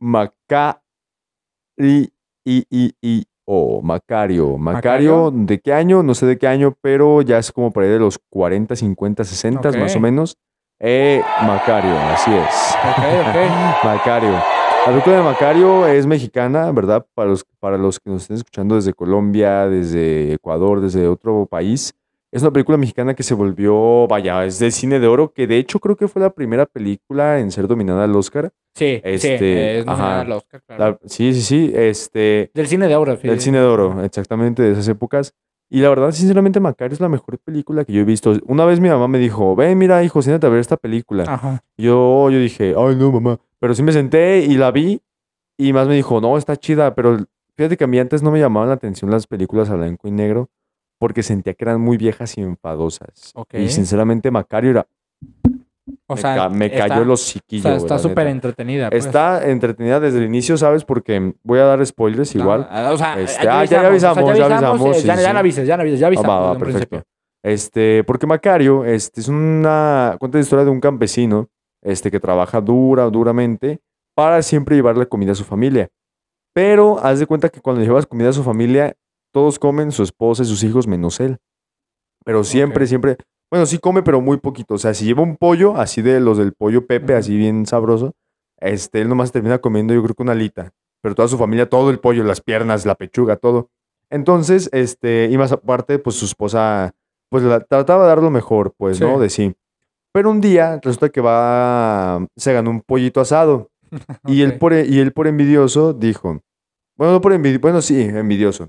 Macario. ¿Macario? ¿De qué año? No sé de qué año, pero ya es como por ahí de los 40, 50, 60 Ok. más o menos. Macario, así es. Ok. Macario. La película de Macario es mexicana, ¿verdad? Para los que nos estén escuchando desde Colombia, desde Ecuador, desde otro país. Es una película mexicana que se volvió, vaya, es de cine de oro, que de hecho creo que fue la primera película en ser dominada al Oscar. Sí, sí, es nominada Ajá. al Oscar, claro. Sí, sí, sí, Del cine de oro, sí. del cine de oro, exactamente, de esas épocas. Y la verdad, sinceramente, Macario es la mejor película que yo he visto. Una vez mi mamá me dijo, ven, mira, hijo, siéntate a ver esta película. Ajá. Yo dije, ay, no, mamá. Pero sí me senté y la vi y más me dijo, no, está chida, pero fíjate que a mí antes no me llamaban la atención las películas a blanco y negro porque sentía que eran muy viejas y enfadosas. Ok. Y sinceramente, Macario era, O sea, me cayó el hociquillo, güey, está la súper neta. entretenida, pues. Está entretenida desde el inicio, ¿sabes? Porque voy a dar spoilers igual. O sea, Ya avisamos, sí, ya sí. no avises, ya Ah, avisamos va, desde un perfecto. principio. Porque Macario, es cuenta la historia de un campesino, que trabaja duramente para siempre llevarle comida a su familia. Pero haz de cuenta que cuando llevas comida a su familia, todos comen, su esposa y sus hijos, menos él. Pero siempre, Ok. siempre, bueno, sí come, pero muy poquito. O sea, si lleva un pollo, así de los del pollo Pepe, Ujú. así bien sabroso, él nomás termina comiendo, yo creo que una alita. Pero toda su familia, todo el pollo, las piernas, la pechuga, todo. Entonces, y más aparte, pues su esposa, pues trataba de dar lo mejor, pues, Sí. ¿no? De sí. Pero un día resulta que se ganó un pollito asado. Y Ok. y él por envidioso dijo, bueno, no por envidioso, bueno, sí, envidioso,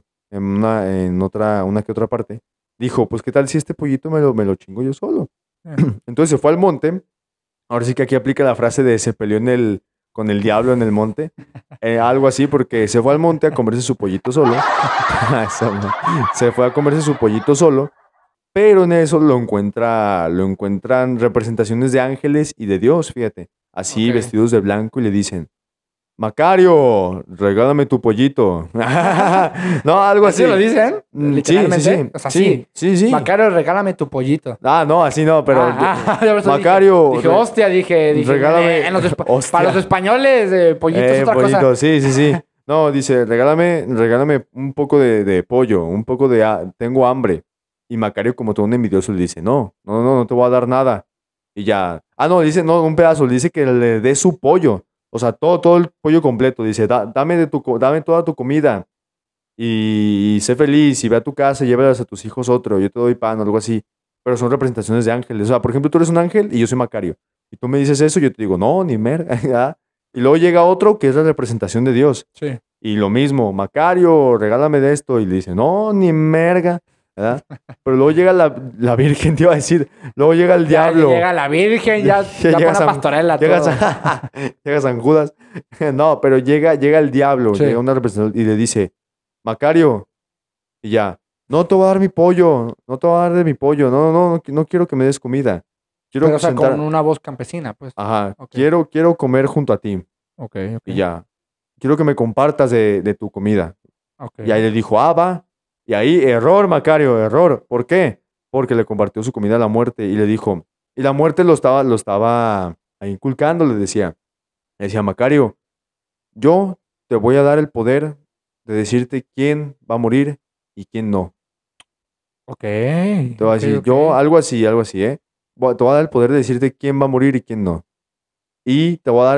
una que otra parte, dijo, pues, ¿qué tal si este pollito me lo chingo yo solo? Eh. Entonces se fue al monte. Ahora sí que aquí aplica la frase de se peleó con el diablo en el monte. Algo así, porque se fue al monte a comerse su pollito solo. Se fue a comerse su pollito solo, pero en eso lo encuentran representaciones de ángeles y de Dios, fíjate, así Ok. vestidos de blanco y le dicen, Macario, regálame tu pollito. No, algo ¿Así lo así. dicen? Sí, sí, Literalmente. sí, O sea, sí, sí. sí, sí. Macario, regálame tu pollito. Ah, no, así no, pero Ya por eso Macario, dije, hostia, dije, regálame, para los hostia, españoles, pollito es otra cosa. pollito, sí, sí, sí. No, dice, regálame un poco de pollo, un poco tengo hambre. Y Macario, como todo un envidioso, le dice, no te voy a dar nada. Y ya, no, dice, no, un pedazo, le dice que le dé su pollo. O sea, todo el pollo completo. Dice, dame toda tu comida y sé feliz y ve a tu casa y llévalas a tus hijos otro, yo te doy pan o algo así. Pero son representaciones de ángeles. O sea, por ejemplo, tú eres un ángel y yo soy Macario. Y tú me dices eso, yo te digo, no, ni merga. ¿verdad? Y luego llega otro que es la representación de Dios. Sí. Y lo mismo, Macario, regálame de esto. Y le dice, no, ni merga. ¿verdad? Pero luego llega la Virgen, te iba a decir. Luego llega el Ya diablo. llega la Virgen, ya Llega pone San, pastorela llega todo. llega San Judas. No, pero llega el diablo, Sí. llega una representación y le dice, Macario, y ya, no te voy a dar mi pollo, no te voy a dar de mi pollo, no quiero que me des comida. Pero, Quiero o sea, con sentar, una voz campesina, pues. ajá, Ok. quiero comer junto a ti. Ok, Y ok. ya, quiero que me compartas de tu comida. Ok. Y ahí le dijo, va. Y ahí, error, Macario, error. ¿Por qué? Porque le compartió su comida a la muerte y le dijo, y la muerte lo estaba ahí inculcando, le decía, Macario, yo te voy a dar el poder de decirte quién va a morir y quién no. Ok. Te voy a decir, yo, algo así, ¿eh? Te voy a dar el poder de decirte quién va a morir y quién no. Y te voy a dar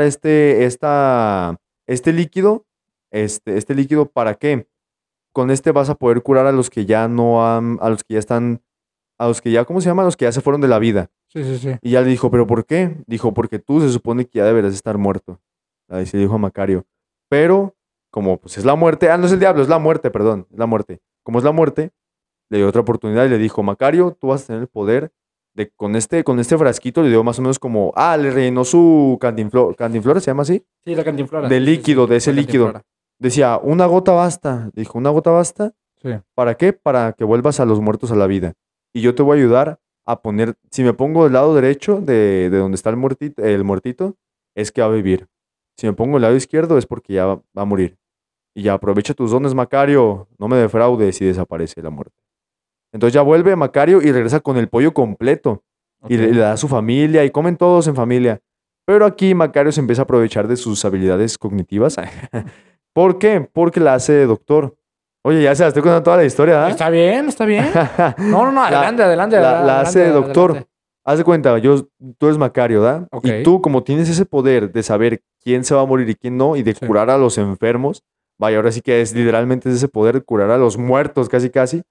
este líquido, este líquido, ¿para qué? Con este vas a poder curar a los que ya no han, a los que ya están, a los que ya, ¿cómo se llama? A los que ya se fueron de la vida. Sí, sí, sí. Y ya le dijo, ¿pero por qué? Dijo, porque tú se supone que ya deberás estar muerto. Ahí se dijo a Macario. Pero, como pues es la muerte, no es el diablo, es la muerte, perdón, es la muerte. Como es la muerte, le dio otra oportunidad y le dijo, Macario, tú vas a tener el poder de, con este frasquito, le dio más o menos como, le rellenó su cantinflora, ¿se llama así? Sí, la cantinflora. De Sí, sí, sí. líquido, de ese La líquido. cantinflora. Decía, una gota basta. Dijo, una gota basta. Sí. ¿Para qué? Para que vuelvas a los muertos a la vida. Y yo te voy a ayudar a poner, si me pongo del lado derecho de donde está el muertito, es que va a vivir. Si me pongo del lado izquierdo es porque ya va a morir. Y ya aprovecha tus dones, Macario. No me defraudes y desaparece la muerte. Entonces ya vuelve Macario y regresa con el pollo completo. Y le Ok. da a su familia y comen todos en familia. Pero aquí Macario se empieza a aprovechar de sus habilidades cognitivas. ¿Por qué? Porque la hace de doctor. Oye, ya se la estoy contando toda la historia, ¿ah? Está bien, está bien. No, adelante, La hace de adelante, doctor. adelante. Haz de cuenta, tú eres Macario, ¿da? Ok. Y tú, como tienes ese poder de saber quién se va a morir y quién no, y de Sí. curar a los enfermos, vaya, ahora sí que es literalmente ese poder de curar a los muertos, casi casi.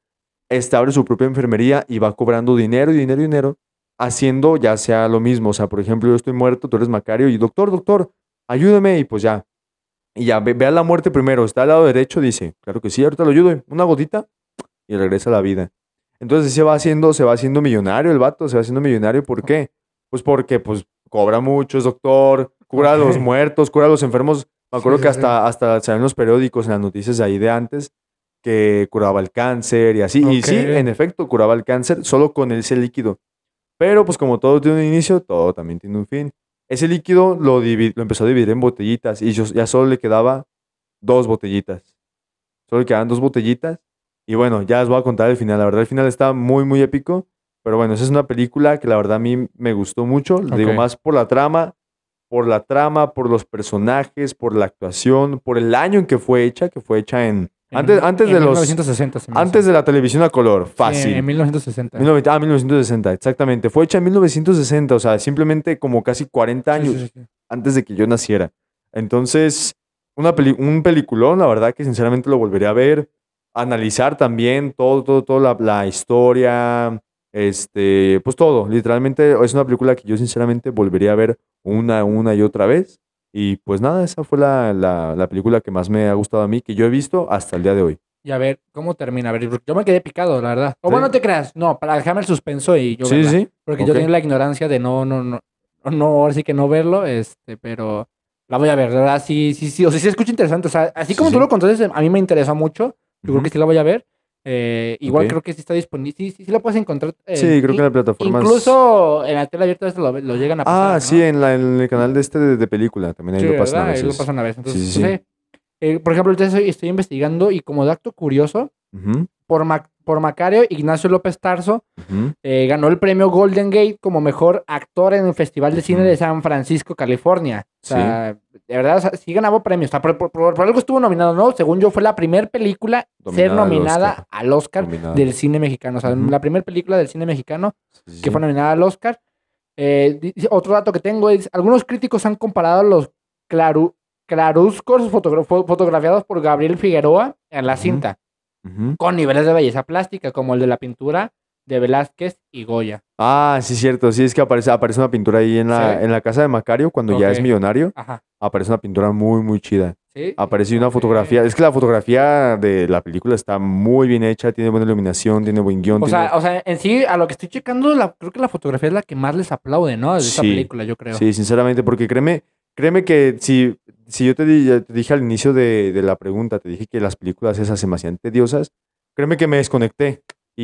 abre su propia enfermería y va cobrando dinero y dinero y dinero, haciendo ya sea lo mismo. O sea, por ejemplo, yo estoy muerto, tú eres Macario y doctor, ayúdeme y pues ya. Y ya, ve a la muerte primero, está al lado derecho, dice, claro que sí, ahorita lo ayudo, una gotita y regresa a la vida. Entonces se va haciendo millonario el vato, se va haciendo millonario, ¿por qué? Pues porque pues cobra mucho, es doctor, cura a los Ok. muertos, cura a los enfermos. Me Sí, acuerdo que sí, sí. hasta salen los periódicos, en las noticias de ahí de antes, que curaba el cáncer y así. Y Ok. sí, en efecto, curaba el cáncer solo con ese líquido. Pero pues como todo tiene un inicio, todo también tiene un fin. Ese líquido lo empezó a dividir en botellitas y ya solo le quedaba 2 botellitas. Solo le quedaban 2 botellitas. Y bueno, ya les voy a contar el final. La verdad, el final está muy, muy épico. Pero bueno, esa es una película que la verdad a mí me gustó mucho. Les digo, Ok. más por los personajes, por la actuación, por el año en que fue hecha En 1960 se me antes hace. de la televisión a color, Sí, en fácil. 1960. 1960, exactamente. Fue hecha en 1960, o sea, simplemente como casi 40 Sí, sí, años sí, sí. antes de que yo naciera. Entonces, un peliculón, la verdad que sinceramente lo volvería a ver, analizar también todo, la historia, pues todo. Literalmente es una película que yo sinceramente volvería a ver una y otra vez. Y pues nada, esa fue la película que más me ha gustado a mí, que yo he visto hasta el día de hoy. Y a ver, ¿cómo termina? A ver, porque yo me quedé picado, la verdad. O bueno, ¿Sí? no te creas, no, para dejarme el suspenso y yo Sí, verla. sí, Porque yo ok. tenía la ignorancia de no, ahora sí que no verlo, pero la voy a ver, la verdad, sí, sí, sí, o sea, sí se escucha interesante. O sea, así Sí, como tú sí. lo contaste, a mí me interesó mucho. Yo creo Ujú, que sí la voy a ver. Igual ok. creo que sí está disponible. Sí, sí, sí la puedes encontrar. Sí, creo que en las plataformas. Incluso en la tele abierta a veces lo llegan a Ah, pasar, sí, ¿no? en el canal de de película. También ahí Sí, lo pasan a ¿verdad? Ahí lo veces. pasan a veces. Sí, Entonces, sí, no sí. sé. Por ejemplo, ahorita estoy investigando y como dato curioso, Ujú, por Macario, Ignacio López Tarso ujú, ganó el premio Golden Gate como mejor actor en el Festival de Cine de ujú. San Francisco, California. O Sí, sea, de verdad, o sea, sí ganaba premios. O sea, por algo estuvo nominado, ¿no? Según yo, fue la primera película ser dominada al nominada Oscar. al Oscar Nominada. del cine mexicano. O sea, Ujú, la primera película del cine mexicano sí, sí, que fue sí. nominada al Oscar. Otro dato que tengo es, algunos críticos han comparado los claru- claroscuros fotografiados por Gabriel Figueroa en la Ujú, cinta ujú. con niveles de belleza plástica, como el de la pintura de Velázquez y Goya. Ah, sí, cierto. Sí, es que aparece una pintura ahí ¿Sí? en la casa de Macario cuando Ok. ya es millonario. Ajá. Aparece una pintura muy, muy chida. ¿Sí? Aparece una Ok. fotografía. Es que la fotografía de la película está muy bien hecha, tiene buena iluminación, tiene buen guión, tiene. O sea, en sí, a lo que estoy checando, creo que la fotografía es la que más les aplaude, ¿no? De esta Sí, película, yo creo. sí, sinceramente, porque créeme que si yo te dije al inicio de la pregunta, te dije que las películas esas se me hacían tediosas, créeme que me desconecté.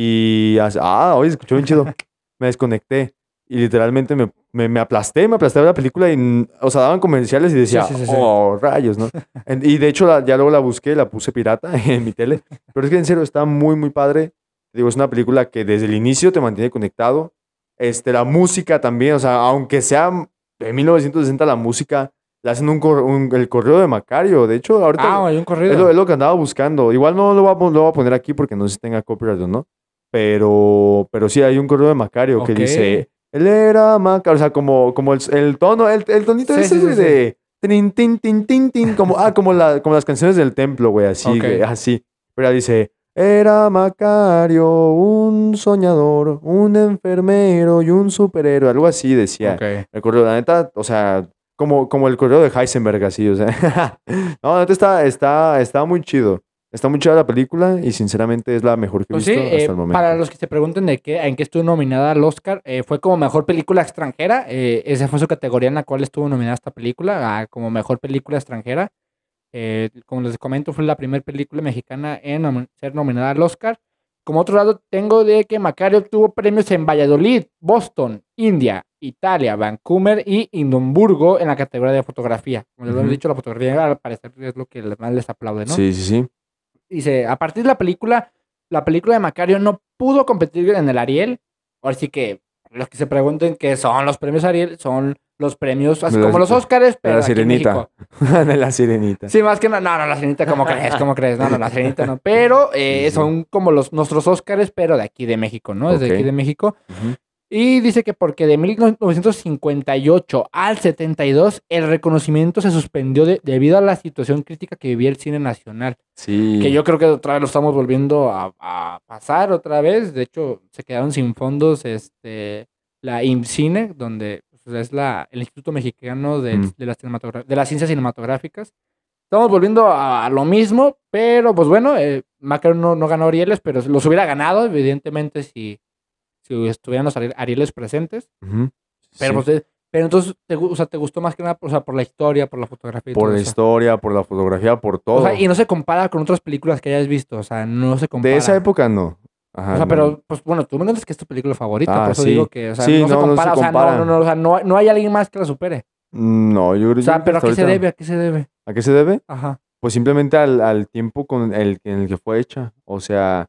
Oye, escuchó bien chido. Me desconecté y literalmente me aplasté a ver la película y, o sea, daban comerciales y Sí, decía, sí, sí, sí. oh, rayos, ¿no? Y de hecho ya luego la busqué, la puse pirata en mi tele, pero es que en serio está muy, muy padre. Digo, es una película que desde el inicio te mantiene conectado. La música también, o sea, aunque sea de 1960 la música, le hacen el correo de Macario. De hecho, ahorita Ah, hay un es corrido. lo que andaba buscando. Igual no lo voy a poner aquí porque no sé si tenga copyright o no. Pero sí hay un correo de Macario que Ok. dice, él era Macario, o sea, como el tono, el tonito Sí, ese, sí, sí, güey, sí. de tin, tin, tin, tin, tin, como las canciones del templo, güey, así, güey, Ok. así. Pero ella dice, era Macario, un soñador, un enfermero y un superhéroe, algo así decía. Ok. El correo, la neta, o sea, como el correo de Heisenberg, así, o sea. No, la neta está muy chido. Está muy chida la película y sinceramente es la mejor que he Pues sí, visto hasta el para momento. los que se pregunten en qué estuvo nominada al Oscar, fue como mejor película extranjera. Esa fue su categoría en la cual estuvo nominada esta película, como mejor película extranjera. Como les comento, fue la primera película mexicana en ser nominada al Oscar. Como otro lado, tengo de que Macario obtuvo premios en Valladolid, Boston, India, Italia, Vancouver y Edimburgo en la categoría de fotografía. Como les hemos Ujú. dicho, la fotografía al parecer es lo que más les aplaude, ¿no? Sí, sí, sí. Dice, a partir de la película de Macario no pudo competir en el Ariel. Ahora sí que los que se pregunten qué son los premios Ariel, son los premios, así De la, como los de Óscares, la pero aquí en sirenita. México. De la sirenita. Sí, más que no, la Sirenita, ¿cómo crees? ¿Cómo crees? No, la Sirenita no. Pero Sí, sí, sí. son como nuestros Óscares, pero de aquí de México, ¿no? Desde Ok. aquí de México. Ujú. Y dice que porque de 1958 al 72 el reconocimiento se suspendió debido a la situación crítica que vivía el cine nacional. Sí. Que yo creo que otra vez lo estamos volviendo a pasar otra vez. De hecho, se quedaron sin fondos la IMCINE, donde pues, es el Instituto Mexicano de las Ciencias Cinematográficas. Estamos volviendo a lo mismo, pero pues bueno, Macario no ganó Arieles, pero los hubiera ganado, evidentemente, si estuvieran los Arieles presentes. Ujú. Pero, Sí. pues, pero entonces, o sea, ¿te gustó más que nada, o sea, por la historia, por la fotografía y Por todo la eso? historia, por la fotografía, por todo. O sea, y no se compara con otras películas que hayas visto, o sea, no se compara. De esa época no. Ajá, O sea, no. pero, pues bueno, tú me cuentas que es tu película favorita, por eso Sí. digo que, o sea, Sí, no se no se compara, o sea, compara. o sea, no hay alguien más que la supere. No, yo O creo sea, que pero ¿a hasta qué se ahorita. debe? ¿A qué se debe? ¿A qué se debe? Ajá. Pues simplemente al tiempo en el que fue hecha. O sea,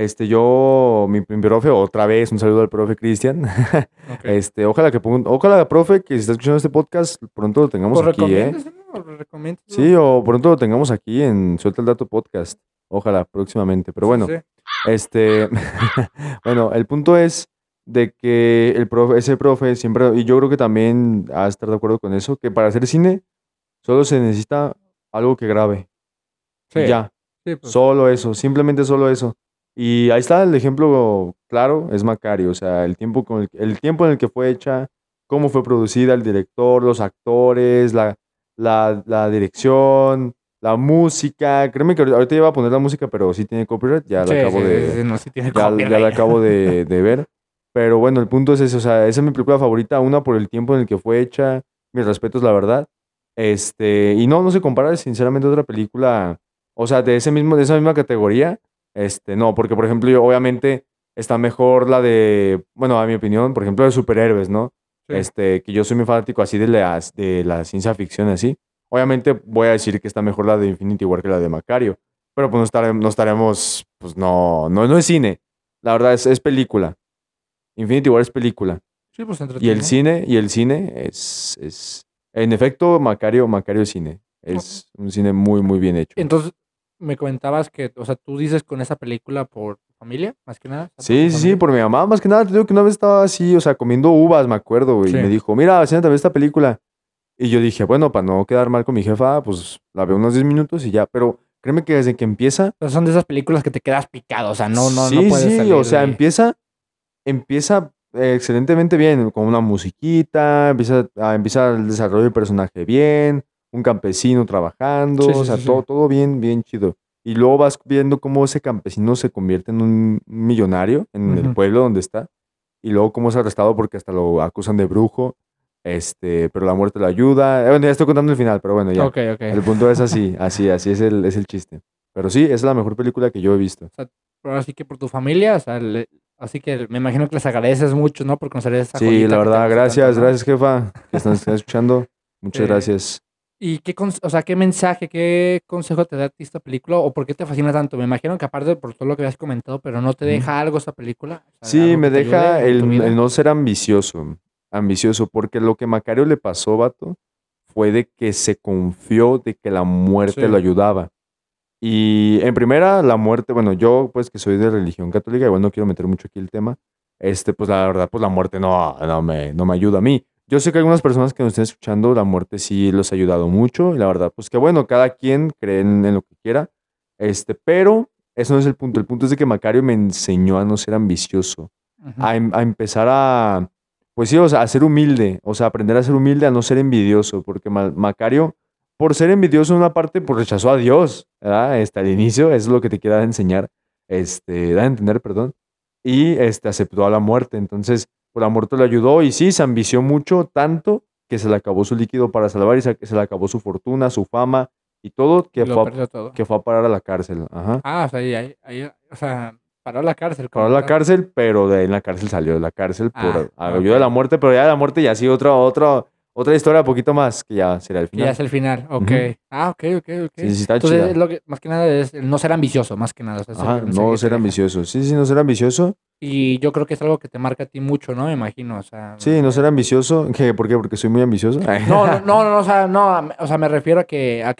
mi profe, otra vez, un saludo al profe Cristian. Ok. Ojalá, profe, que si está escuchando este podcast, pronto lo tengamos Pues aquí, ¿eh? recomiéndeselo, recomiéndeselo. Sí, o pronto lo tengamos aquí en Suelta el Dato Podcast. Ojalá, próximamente. Pero Sí, bueno, sí. este, bueno, el punto es de que ese profe siempre, y yo creo que también has de estar de acuerdo con eso, que para hacer cine solo se necesita algo que grabe. Y Sí, ya, sí, pues. solo eso, simplemente solo eso. Y ahí está el ejemplo claro, es Macario, o sea, el tiempo en el que fue hecha, cómo fue producida, el director, los actores, la dirección, la música. Créeme que ahorita iba a poner la música, pero sí tiene copyright, Sí, sí, sí, sí, no, sí tiene ya la copyright. acabo de ver. Pero bueno, el punto es ese, o sea, esa es mi película favorita, una por el tiempo en el que fue hecha, mis respetos, la verdad. Y no se compara sinceramente a otra película, o sea, de esa misma categoría, no, porque por ejemplo, obviamente está mejor bueno, a mi opinión, por ejemplo, de superhéroes, ¿no? Sí. Que yo soy muy fanático así de la ciencia ficción, así. Obviamente voy a decir que está mejor la de Infinity War que la de Macario, pero pues no estaremos, pues no es cine, la verdad es película. Infinity War es película. Sí, pues Y el entretiene. cine en efecto, Macario es cine. Es un cine muy, muy bien hecho. Entonces, me comentabas que, o sea, tú dices con esa película por tu familia, más que nada, o sea, por tu Sí, sí, sí, familia. por mi mamá, más que nada, te digo que una vez estaba así, o sea, comiendo uvas, me acuerdo, güey, y me Sí. dijo, mira, siéntate a ver esta película. Y yo dije, bueno, para no quedar mal con mi jefa, pues la veo unos 10 minutos y ya, pero créeme que desde que empieza, Pero son de esas películas que te quedas picado, o sea, no sí, puedes sí, o salir de sea, ahí. empieza excelentemente bien, con una musiquita, empieza el desarrollo del personaje bien, un campesino trabajando, Sí, o sí, sea, sí, sí. todo bien, bien chido. Y luego vas viendo cómo ese campesino se convierte en un millonario en el Ujú. pueblo donde está, y luego cómo es arrestado porque hasta lo acusan de brujo, pero la muerte lo ayuda. Bueno, ya estoy contando el final, pero bueno, ya. Ok, ok. El punto es así es el chiste. Pero sí, esa es la mejor película que yo he visto. O sea, pero así que por tu familia, o sea, así que me imagino que les agradeces mucho, ¿no? Por conocer esa Sí, la joyita que te verdad, gustó tanto, gracias, ¿no? gracias, jefa, que están escuchando. Muchas Eh, gracias. ¿Y o sea, qué mensaje, qué consejo te da a ti esta película o por qué te fascina tanto? Me imagino que aparte por todo lo que habías comentado, pero ¿no te Ujú. deja algo esta película? O sea, Sí, algo me que te deja ayude en tu el vida. no ser ambicioso, porque lo que Macario le pasó, vato, fue de que se confió de que la muerte lo Sí. ayudaba. Y en primera, la muerte, bueno, yo pues que soy de religión católica, igual no quiero meter mucho aquí el tema, pues la verdad, pues la muerte no me ayuda a mí. Yo sé que algunas personas que nos estén escuchando, la muerte sí los ha ayudado mucho, y la verdad, pues que bueno, cada quien cree en lo que quiera, pero eso no es el punto es de que Macario me enseñó a no ser ambicioso, Ujú. a empezar pues sí, o sea, a ser humilde, o sea, aprender a ser humilde, a no ser envidioso, porque Macario por ser envidioso en una parte, pues rechazó a Dios, ¿verdad? Al inicio, eso es lo que te quiera enseñar, dar a entender, perdón, y aceptó a la muerte, entonces, pues la muerte le ayudó y sí, se ambició mucho, tanto que se le acabó su líquido para salvar y se le acabó su fortuna, su fama y todo, Y lo perdió todo. que fue a parar a la cárcel, ajá. Ah, o sea, o sea, paró la cárcel Paró a como la tal. cárcel, pero de ahí en la cárcel salió de la cárcel Ah, por ayuda de la ok. muerte, pero ya de la muerte ya sí otra historia, poquito más, que ya sería el Que ya final. es el final. Ok. Ujú. Ah, ok, ok, ok. Sí, sí, está Entonces, chida. lo que más que nada es el no ser ambicioso, más que nada. O sea, es el Ajá, mensaje no que te ser deja. ambicioso. Sí, sí, no ser ambicioso. Y yo creo que es algo que te marca a ti mucho, ¿no? Me imagino. O sea, Sí, no ser ambicioso. ¿Qué? ¿Por qué? Porque soy muy ambicioso. no, o sea, no, o sea, me refiero a que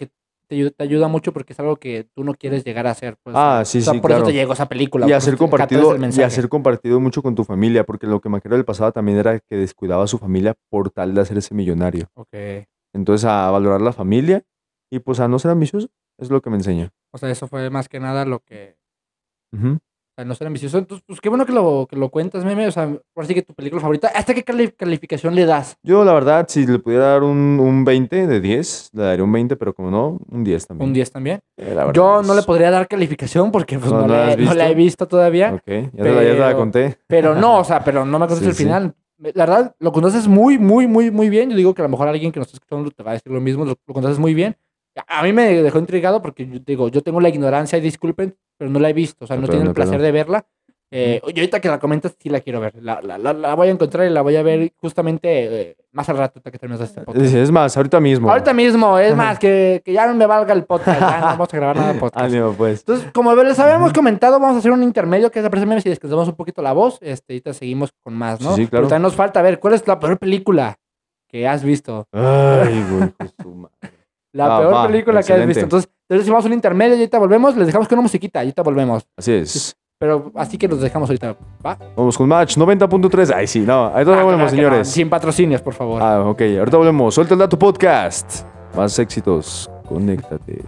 te ayuda mucho porque es algo que tú no quieres llegar a hacer. Pues, Sí, o sea, sí, por eso claro. te llegó esa película. Y por hacer eso te captas compartido, el y mensaje. hacer compartido mucho con tu familia, porque lo que Maquiavelo le pasaba también era que descuidaba a su familia por tal de hacerse millonario. Ok. Entonces, a valorar la familia y pues a no ser ambicioso, es lo que me enseña. O sea, eso fue más que nada lo que... Ujú. O sea, no ser ambicioso. Entonces, pues qué bueno que lo cuentas, meme. O sea, por así que tu película favorita. ¿Hasta qué calificación le das? Yo, la verdad, si le pudiera dar un 20 de 10, le daría un 20, pero como no, un 10 ¿Un también. 10 también? La verdad Yo no le es- podría dar calificación porque pues ¿No, no la has no la he visto? visto todavía. Ok, ya te la conté. Pero no, o sea, pero no me conoces Sí, el sí. final. La verdad, lo conoces muy, muy, muy, muy bien. Yo digo que a lo mejor alguien que nos está escuchando te va a decir lo mismo. Lo conoces muy bien. A mí me dejó intrigado porque yo digo, yo tengo la ignorancia y disculpen, pero no la he visto. O sea, No no hay pedo, tiene no el hay pedo. placer de verla. Yo ahorita que la comentas, sí la quiero ver. La voy a encontrar y la voy a ver justamente más al rato hasta que termines este podcast. Es más, ahorita mismo. Ahorita mismo, es más, que ya no me valga el podcast. Ya no vamos a grabar nada de podcast. Ánimo, pues. Entonces, como les habíamos comentado, vamos a hacer un intermedio que es aparece si descansamos un poquito la voz. Ahorita seguimos con más, ¿no? Sí, sí, claro. Pero también nos falta ver cuál es la peor película que has visto. Ay, güey, pues tu madre. La Va, peor va, película que has excelente. visto. Entonces vamos a un intermedio y ahorita volvemos. Les dejamos con una musiquita, ahorita volvemos. Así es. Pero así que los dejamos ahorita, ¿va? Vamos con Match 90.3. Ay, sí, no. Ahorita volvemos, claro que no, señores. sin patrocinios, por favor. Ok. Ahorita volvemos. Suelta el dato podcast. Más éxitos. Conéctate.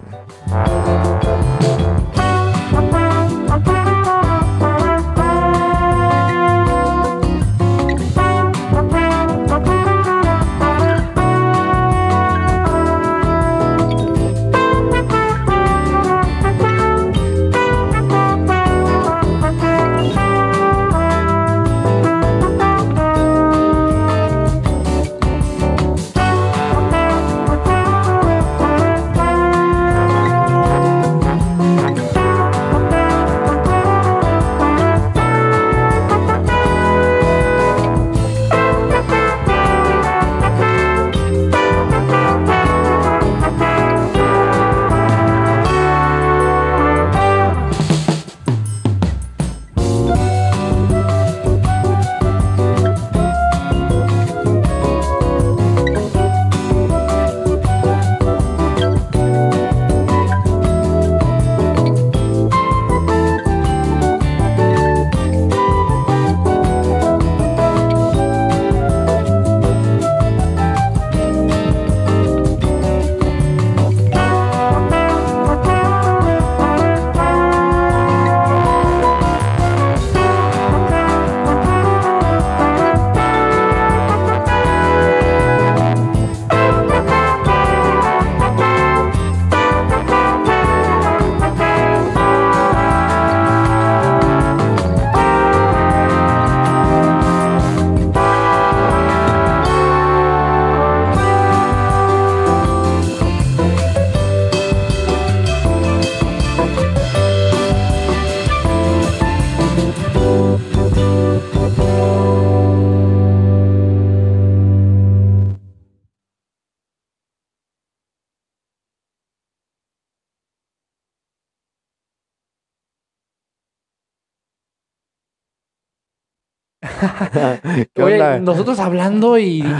¿Qué Oye, onda? nosotros hablando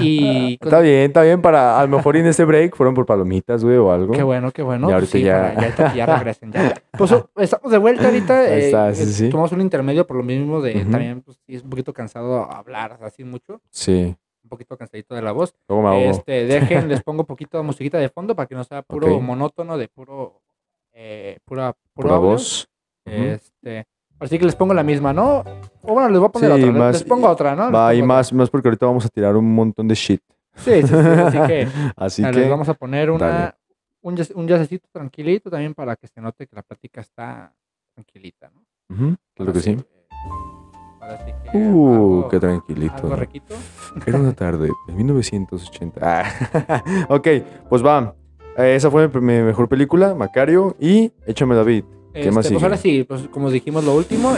y Está bien. A lo mejor en este break fueron por palomitas, güey, o algo. Qué bueno, qué bueno. Y ahorita Sí, ya- ahorita que ya regresen ya. Pues estamos de vuelta ahorita. Ahí está, sí, sí. Tomamos un intermedio por lo mismo de Ujú. también, pues sí, es un poquito cansado hablar así mucho. Sí. Un poquito cansadito de la voz. Luego me ahogo. Les pongo un poquito de musiquita de fondo para que no sea puro Ok. monótono de puro puro Pura audio. voz. Ujú. Así que les pongo la misma, ¿no? O bueno, les voy a poner Sí, otra. más- Les pongo otra, ¿no? Les Va, y pongo más porque ahorita vamos a tirar un montón de shit. otra. Sí, así que Así les que, vamos a poner dale. un jazzcito tranquilito también para que se note que la plática está tranquilita, ¿no? Ujú, claro que sí. Ahora sí que algo- Qué tranquilito. algo requito. Era una tarde de 1980. Ok, pues va. Esa fue mi mejor película, Macario. Y Échame David. ¿Qué más Pues sigue? ahora sí, pues como dijimos lo último,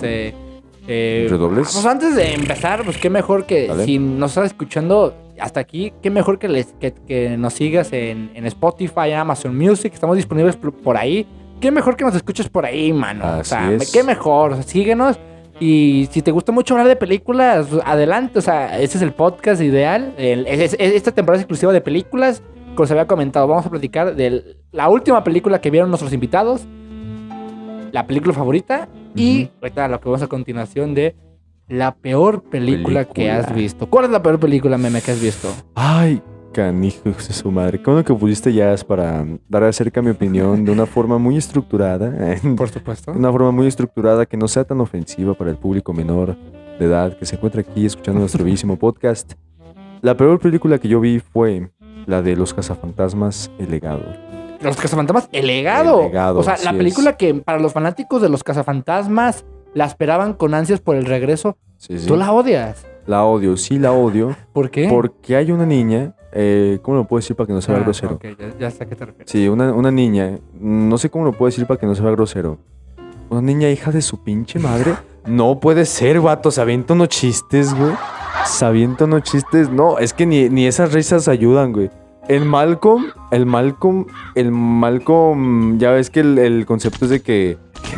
¿Redobles? pues antes de empezar, pues qué mejor que Dale. si nos estás escuchando hasta aquí, qué mejor que nos sigas en Spotify, Amazon Music, estamos disponibles por ahí. Qué mejor que nos escuches por ahí, mano. O sea, Así es. qué mejor, o sea, síguenos. Y si te gusta mucho hablar de películas, adelante, o sea, ese es el podcast ideal. Esta temporada es exclusiva de películas. como se había comentado, vamos a platicar de la última película que vieron nuestros invitados, la película favorita, y ahorita lo que vamos a continuación de la peor película que has visto. ¿Cuál es la peor película, meme, que has visto? Ay, canijo de su madre. ¿Cómo que pusiste jazz para dar acerca mi opinión de una forma muy estructurada? Por supuesto. Una forma muy estructurada que no sea tan ofensiva para el público menor de edad que se encuentra aquí escuchando nuestro bellísimo podcast. La peor película que yo vi fue la de Los Cazafantasmas, El Legado. Los Cazafantasmas, El Legado. El Legado, o sea, así la película que para los fanáticos de Los Cazafantasmas la esperaban con ansias por el regreso. Sí, sí. ¿Tú la odias? La odio, sí la odio. ¿Por qué? Porque hay una niña, ¿cómo lo puedo decir para que no sea grosero? Ok, ya sé a qué te refieres. Sí, una niña, no sé cómo lo puedo decir para que no sea grosero. Una niña hija de su pinche madre. No puede ser, vato, se avienta unos chistes, güey. Se avienta unos chistes. No, es que ni esas risas ayudan, güey. El Malcolm, ya ves que el concepto es de que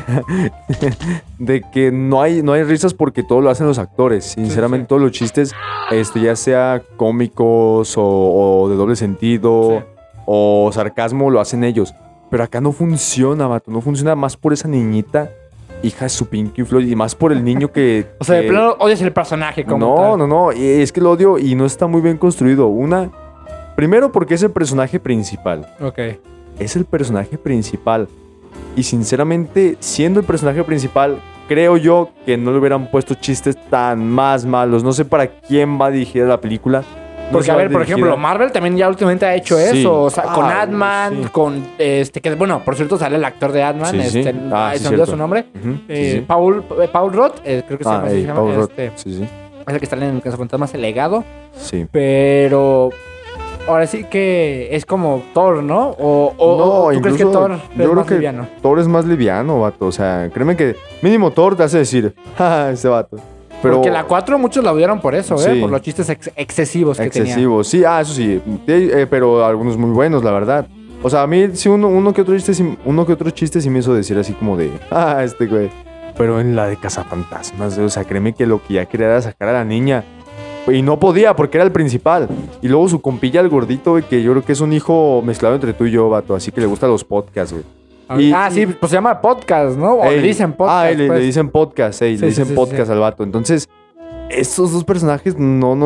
de que no hay risas porque todo lo hacen los actores. Sinceramente, sí. todos los chistes, ya sea cómicos o de doble sentido o sarcasmo, lo hacen ellos. Pero acá no funciona, vato. No funciona más por esa niñita, hija de su Pinky Floyd, y más por el niño que... O sea, de plano odias el personaje como tal. No. Y es que lo odio y no está muy bien construido. Primero porque es el personaje principal. Ok. Es el personaje principal. Y sinceramente, siendo el personaje principal, creo yo que no le hubieran puesto chistes tan más malos. No sé para quién va dirigida la película. Porque, a ver, por ejemplo, Marvel también ya últimamente ha hecho eso. O sea, con Ant-Man, sí. con que bueno, por cierto, sale el actor de Ant-Man, Sí, sí. se me olvidó su nombre. Sí. Paul Rudd, creo que se llama. Paul Rudd. Sí. Es el que está en Cazafantasmas, El Legado. Sí. Pero ahora sí que es como Thor, ¿no? ¿O tú crees que Thor es más liviano? Thor es más liviano, vato. O sea, créeme que mínimo Thor te hace decir, ¡ja, ese vato! Pero, porque la 4 muchos la odiaron por eso, sí. Por los chistes excesivos que tenía. Excesivos, sí, eso sí. Pero algunos muy buenos, la verdad. O sea, a mí sí uno que otro chiste sí me hizo decir así como de, este güey. Pero en la de Cazafantasmas, o sea, créeme que lo que ya quería era sacar a la niña. Y no podía porque era el principal. Y luego su compilla, el gordito, güey, que yo creo que es un hijo mezclado entre tú y yo, vato. Así que le gustan los podcasts, güey. Sí, pues se llama podcast, ¿no? O le dicen podcast. Le dicen podcast, le dicen podcast al vato. Entonces, estos dos personajes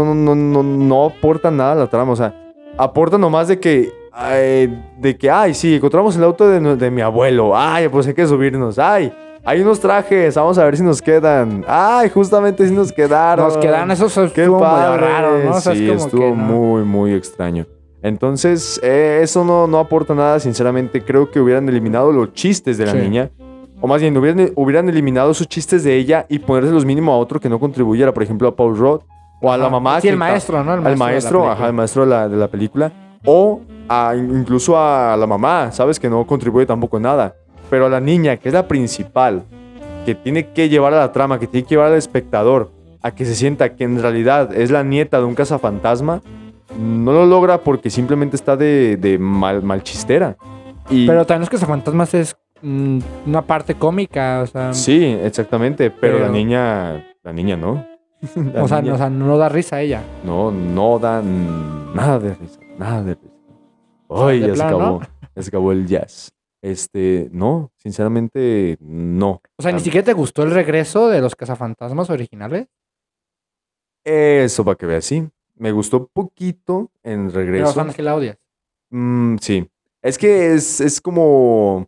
no aportan nada a la trama. O sea, aportan nomás de que, sí, encontramos el auto de mi abuelo. Ay, pues hay que subirnos. Ay, hay unos trajes, vamos a ver si nos quedan. Ay, justamente si nos quedaron. Nos quedaron, eso estuvo medio raro, ¿no? O sea, sí, es como estuvo que no. muy, muy extraño. Entonces, eso no aporta nada. Sinceramente, creo que hubieran eliminado los chistes de la niña. O más bien, hubieran eliminado esos chistes de ella y ponérselos mínimo a otro que no contribuyera. Por ejemplo, a Paul Rudd o a la mamá. Sí, el maestro, ¿no? El maestro de la película. O incluso a la mamá, ¿sabes? Que no contribuye tampoco en nada. Pero a la niña, que es la principal, que tiene que llevar a la trama, que tiene que llevar al espectador a que se sienta que en realidad es la nieta de un cazafantasma, no lo logra porque simplemente está de mal chistera. Pero también los Cazafantasmas es una parte cómica, o sea... Sí, exactamente, pero la niña no. O sea, no da risa a ella. No da nada de risa. Ay, ya se acabó. ¿No? Ya se acabó el jazz. No, sinceramente, no. O sea, ¿ni siquiera te gustó el regreso de los Cazafantasmas originales? Eso para que veas, sí. Me gustó poquito en regreso. Pero son que la odias. Sí. Es que es como...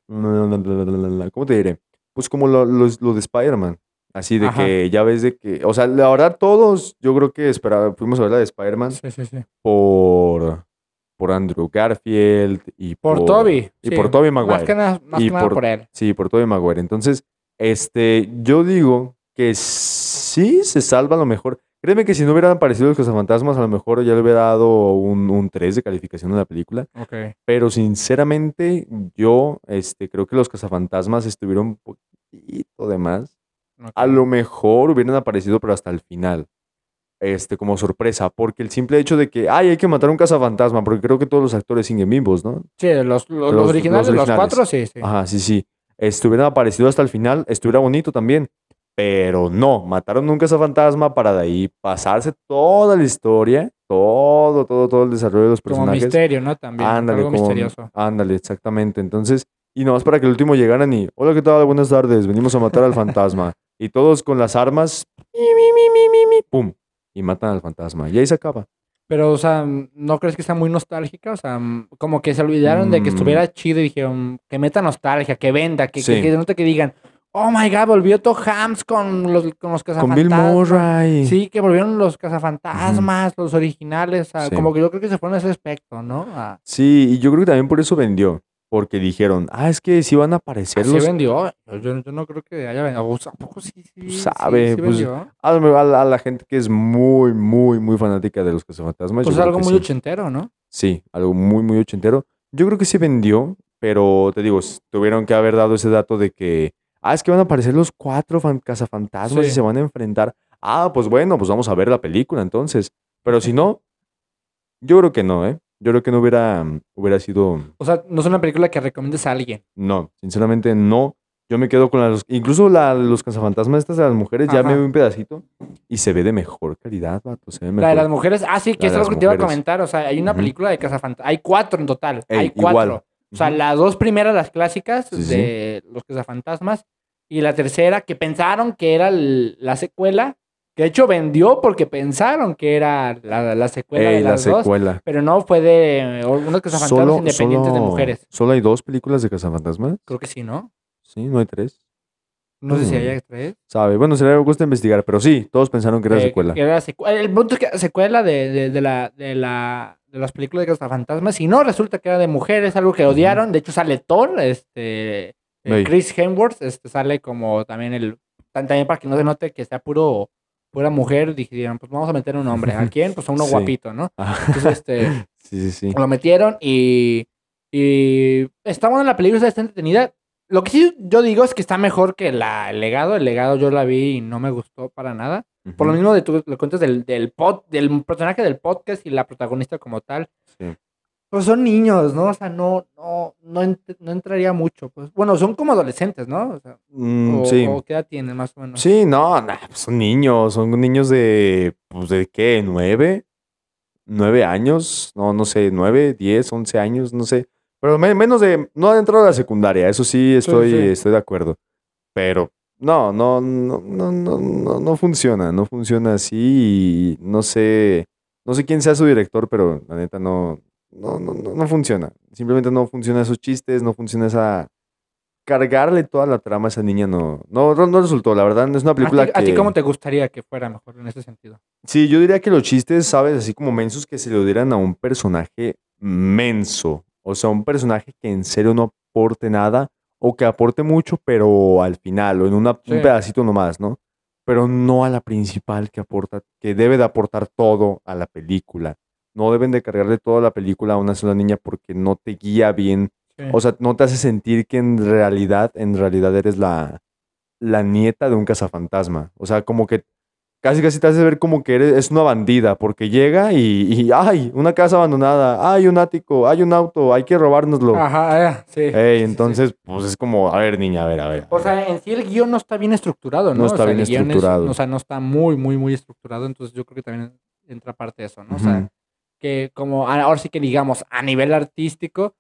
¿Cómo te diré? Pues como lo de Spider-Man. Así de que ya ves de que... O sea, la verdad todos, yo creo que fuimos a ver la de Spider-Man. Sí. Por Andrew Garfield y por Tobey. Y por Tobey Maguire. Más que nada por él. Sí, por Tobey Maguire. Entonces, yo digo que sí se salva a lo mejor. Créeme que si no hubieran aparecido los Cazafantasmas, a lo mejor ya le hubiera dado un 3 de calificación a la película. Okay. Pero sinceramente, yo creo que los Cazafantasmas estuvieron un poquito de más. Okay. A lo mejor hubieran aparecido, pero hasta el final. Como sorpresa, porque el simple hecho de que hay que matar a un cazafantasma, porque creo que todos los actores siguen vivos, ¿no? Sí, los originales, los 4, sí. Ajá, sí. Hubieran aparecido hasta el final, estuviera bonito también, Pero no, mataron un cazafantasma para de ahí pasarse toda la historia, todo el desarrollo de los Como personajes. misterio, ¿no? También, Ándale, algo misterioso. ándale, exactamente. Entonces, y nomás para que el último llegaran y, hola, ¿qué tal? Buenas tardes, venimos a matar al fantasma. Y todos con las armas, pum, y matan al fantasma. Y ahí se acaba. Pero, o sea, ¿no crees que sea muy nostálgica? O sea, como que se olvidaron de que Mm, estuviera chido y dijeron que meta nostalgia, que venda, que sí, no te que digan, oh my god, volvió Tom Hanks con los con Bill cazafantasmas. Murray. Sí, que volvieron los Ujú, cazafantasmas, los originales. O sea, sí. como que yo creo que se fueron a ese aspecto, ¿no? Sí, y yo creo que también por eso vendió. Porque dijeron, es que sí van a aparecer Así los. vendió. Yo no creo que haya vendido. ¿A poco sí, Pues, sí, sí, sabe, sí pues vendió? a la gente que es muy fanática de los cazafantasmas, Pues yo es creo algo que muy sí. ochentero, ¿no? Sí, algo muy ochentero. Yo creo que sí vendió, pero te digo, tuvieron que haber dado ese dato de que, es que van a aparecer los cuatro cazafantasmas y Sí. se van a enfrentar. Pues bueno, pues vamos a ver la película entonces. Pero si no, yo creo que no, ¿eh? Yo creo que no hubiera sido, O sea, no es una película que recomiendes a alguien. no, sinceramente no. Yo me quedo con incluso los cazafantasmas estas de las mujeres, ya me vi Ajá. un pedacito y se ve de mejor calidad, vato, se ve La de las mejor. mujeres, sí, que La es de algo las que te iba a mujeres. comentar. O sea, hay una Ujú. película de Cazafantasmas. Hay cuatro en total. Hay Ey, igual. cuatro. O sea, Ujú. las dos primeras, las clásicas Sí, sí, sí. de los Cazafantasmas. Y la tercera, que pensaron que era la secuela. Que de hecho vendió porque pensaron que era la secuela de Ey, la las dos. secuela. Pero no, fue de unos Cazafantasmas independientes de mujeres. Solo hay dos películas de cazafantasmas. Creo que sí, ¿no? Sí, no hay tres. No sé si Hmm, hay tres. Sabe. Bueno, sería me gusta investigar, pero sí, todos pensaron que era Que secuela. era el punto es que secuela de las películas de Cazafantasmas. Y no, resulta que era de mujeres, algo que Ujú. odiaron. De hecho, sale Thor, Ey. Chris Hemsworth, sale como también también para que no se note que sea pura mujer, dijeron, pues vamos a meter un hombre. ¿A quién? Pues a uno Sí. guapito, ¿no? Ah, Entonces, sí, sí, sí. lo metieron y está buena la película, está entretenida. Lo que sí yo digo es que está mejor que el legado. El legado yo la vi y no me gustó para nada. Por lo Ujú. mismo de tú lo cuentas del personaje del podcast y la protagonista como tal. Sí. Pues son niños, ¿no? O sea, no entraría mucho. Pues, bueno, son como adolescentes, ¿no? O sea, Sí. o ¿qué edad tienen más o menos? Sí, no, pues son niños de, pues, ¿de qué? ¿9 años? No sé, 9, 10, 11 años, no sé. Pero menos no dentro de la secundaria, eso sí Sí, sí, sí. estoy de acuerdo. Pero no funciona, no funciona así y no sé quién sea su director, pero la neta no funciona. Simplemente no funciona esos chistes, no funciona cargarle toda la trama a esa niña, no resultó, la verdad, es una película ¿A ti cómo que, te gustaría que fuera mejor en ese sentido? sí, yo diría que los chistes, sabes, así como mensos que se le dieran a un personaje menso, o sea, un personaje que en serio no aporte nada o que aporte mucho, pero al final o en Sí. un pedacito nomás, ¿no? Pero no a la principal que debe de aportar todo a la película. No deben de cargarle toda la película a una sola niña porque no te guía bien, Sí. o sea, no te hace sentir que en realidad eres la nieta de un cazafantasma. O sea, como que casi te hace ver como que es una bandida, porque llega ¡ay! Una casa abandonada, ¡ay! Un ático, ¡hay un auto! Hay que robárnoslo. Ajá, sí, Ey, sí, sí, sí. entonces, pues es como, a ver, niña, a O ver. sea, en sí el guión no está bien estructurado, No ¿no? O está sea, bien el guión o estructurado. sea, no está muy estructurado, entonces yo creo que también entra parte de eso, ¿no? O sea, Ujú. que como ahora sí que digamos, a nivel artístico,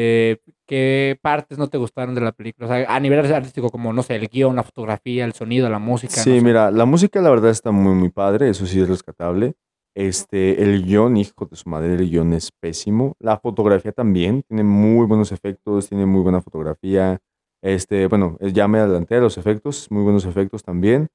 ¿qué partes no te gustaron de la película? O sea, a nivel artístico, como, no sé, el guión, la fotografía, el sonido, la música, no Sí, sé. mira, la música la verdad está muy padre, eso sí es rescatable. El guión, hijo de su madre, el guión es pésimo. La fotografía también, tiene muy buenos efectos, tiene muy buena fotografía. Bueno, ya me adelanté a los efectos, muy buenos efectos también.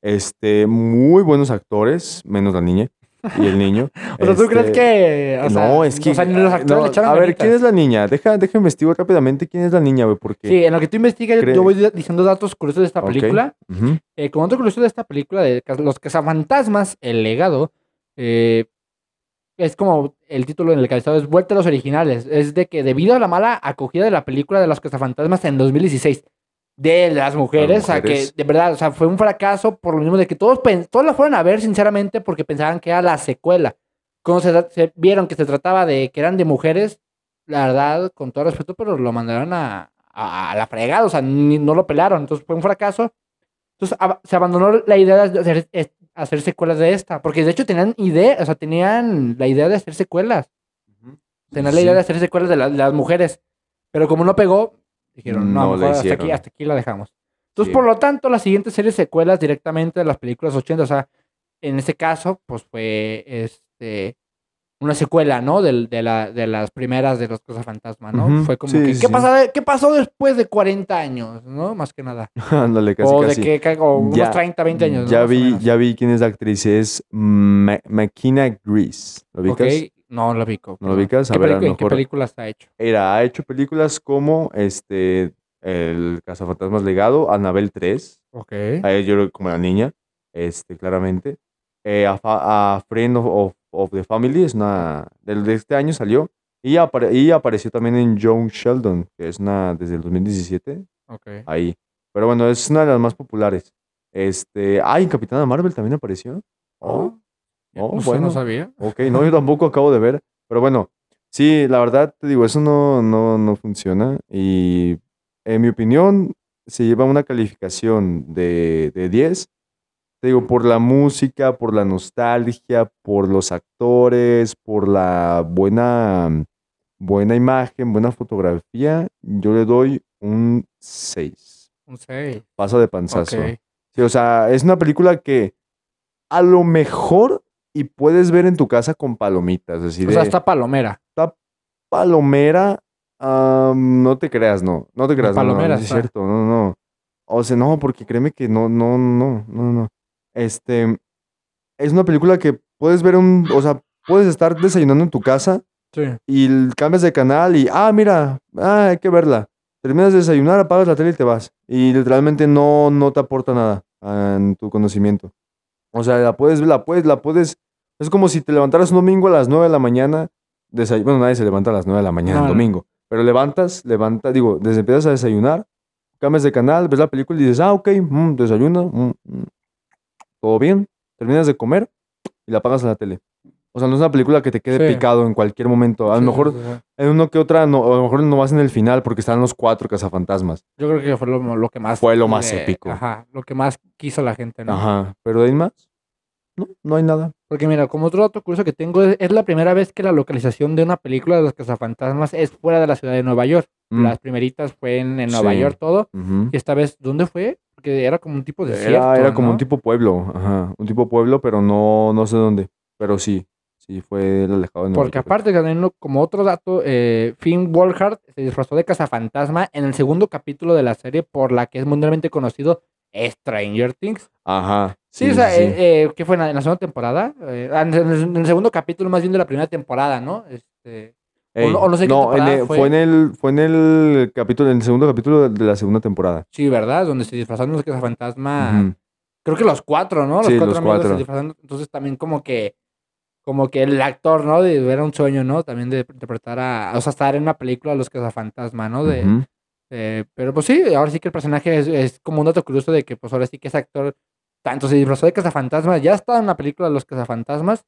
Muy buenos actores, menos la niña y el niño. O sea, ¿tú crees que, No, es que, ni los actores le no, echaron a ver, ¿quién es ganitas? la niña? Deja investigar rápidamente quién es la niña, güey, porque Sí, en lo que tú investigas, yo cree, voy diciendo datos curiosos de esta ok, película. ujú, Como dato curioso de esta película de Los Cazafantasmas, El Legado, eh, es como el título en el que es Vuelta a los Originales. Es de que debido a la mala acogida de la película de Los Cazafantasmas en 2016 de las las mujeres, o sea, que mujeres. de verdad, o sea, fue un fracaso por lo mismo de que todos la fueron a ver sinceramente porque pensaban que era la secuela. Cuando se vieron que se trataba de que eran de mujeres, la verdad, con todo respeto, pero lo mandaron a la fregada, o sea, no lo pelaron. Entonces fue un fracaso. Entonces se abandonó la idea de hacer secuelas de esta, porque de hecho tenían idea, o sea, tenían la idea de hacer secuelas, Ujú. Sí, tenían sí, la idea de sí. hacer secuelas de las mujeres, pero como no pegó, dijeron, no, No la mejor hicieron. hasta aquí la dejamos. Entonces, Sí. por lo tanto, la siguiente serie de secuelas directamente de las películas 80, o sea, en este caso, pues fue una secuela, ¿no? De las primeras de los Cazafantasmas, ¿no? Ujú. Fue como Sí, que, sí, sí. ¿qué pasó después de 40 años, ¿no? Más que nada. Ándale, casi, O de casi. qué, o unos Ya, 30, 20 años, ¿no? Más o menos. ya vi quién es la actriz. Es McKenna Grace. ¿Lo Ok, ubicas? no lo ubico, ¿No lo perdón. ubicas? A ver, a lo ¿En qué mejor. películas ha hecho? Ha hecho películas como El Cazafantasmas Legado, Annabelle 3. Ok, Yo creo que como la niña, claramente. A Friend of the Family, es una. De este año salió. Y apareció también en Young Sheldon, que es una desde el 2017. ok. Ahí. Pero bueno, es una de las más populares. En Capitana Marvel también apareció. Ah, Oh, oh, eso no bueno. sabía. Ok, no, yo tampoco acabo de ver. Pero bueno, sí, la verdad te digo, eso no funciona. Y en mi opinión, se lleva una calificación de 10. Te digo, por la música, por la nostalgia, por los actores, por la buena imagen, buena fotografía, yo le doy un 6. Un 6. Pasa de Ok. panzazo. Sí, o sea, es una película que a lo mejor y puedes ver en tu casa con palomitas, así O sea, de está palomera. esta palomera, no te creas, no, no te Ni creas, no, palomera no es está. cierto, no, no. O sea, no, porque créeme que no. Este, es una película que puedes ver o sea, puedes estar desayunando en tu casa Sí. y cambias de canal y, mira, hay que verla. Terminas de desayunar, apagas la tele y te vas. Y literalmente no te aporta nada en tu conocimiento. O sea, la puedes. Es como si te levantaras un domingo a las 9 de la mañana. Bueno, nadie se levanta a las 9 de la mañana en No, no. domingo. Pero digo, desde empiezas a desayunar, cambias de canal, ves la película y dices, ok, desayuna, todo bien. Terminas de comer y la apagas a la tele. O sea, no es una película que te quede Sí. picado en cualquier momento. A lo Sí, sí, mejor sí, sí. en uno que otra, no, a lo mejor no vas en el final porque están los cuatro cazafantasmas. Yo creo que fue lo que más, Fue lo más épico. ajá, lo que más quiso la gente, ¿no? Ajá. Pero de ahí en más, no hay nada. Porque mira, como otro dato curioso que tengo, es la primera vez que la localización de una película de los cazafantasmas es fuera de la ciudad de Nueva York. Mm, Las primeritas fue en Nueva sí. York todo. Ujú. Y esta vez, ¿dónde fue? Porque era como un tipo Era desierto, como un ¿no? tipo pueblo, ajá, un tipo pueblo, pero no sé dónde. Pero sí fue el alejado de Nueva Porque York. aparte, también como otro dato, Finn Wolfhard se disfrazó de cazafantasma en el segundo capítulo de la serie por la que es mundialmente conocido Stranger Things. Ajá, Sí, o sí, sí, sea, sí. ¿qué fue en la segunda temporada? En el segundo capítulo más bien de la primera temporada, ¿no? O Ey, no sé qué no, temporada fue. fue en el capítulo, en el segundo capítulo de la segunda temporada. Sí, ¿verdad? Donde se disfrazaron los cazafantasmas. Ujú. Creo que los cuatro, ¿no? Los Sí, cuatro los amigos se cuatro. disfrazaron. Entonces también como que el actor, ¿no? Era un sueño, ¿no? También de interpretar o sea, estar en una película de los cazafantasmas, ¿no? Ujú. Pero pues sí, ahora sí que el personaje es como un dato curioso de que pues ahora sí que ese actor tanto se disfrazó de cazafantasmas, ya estaba en la película de los cazafantasmas,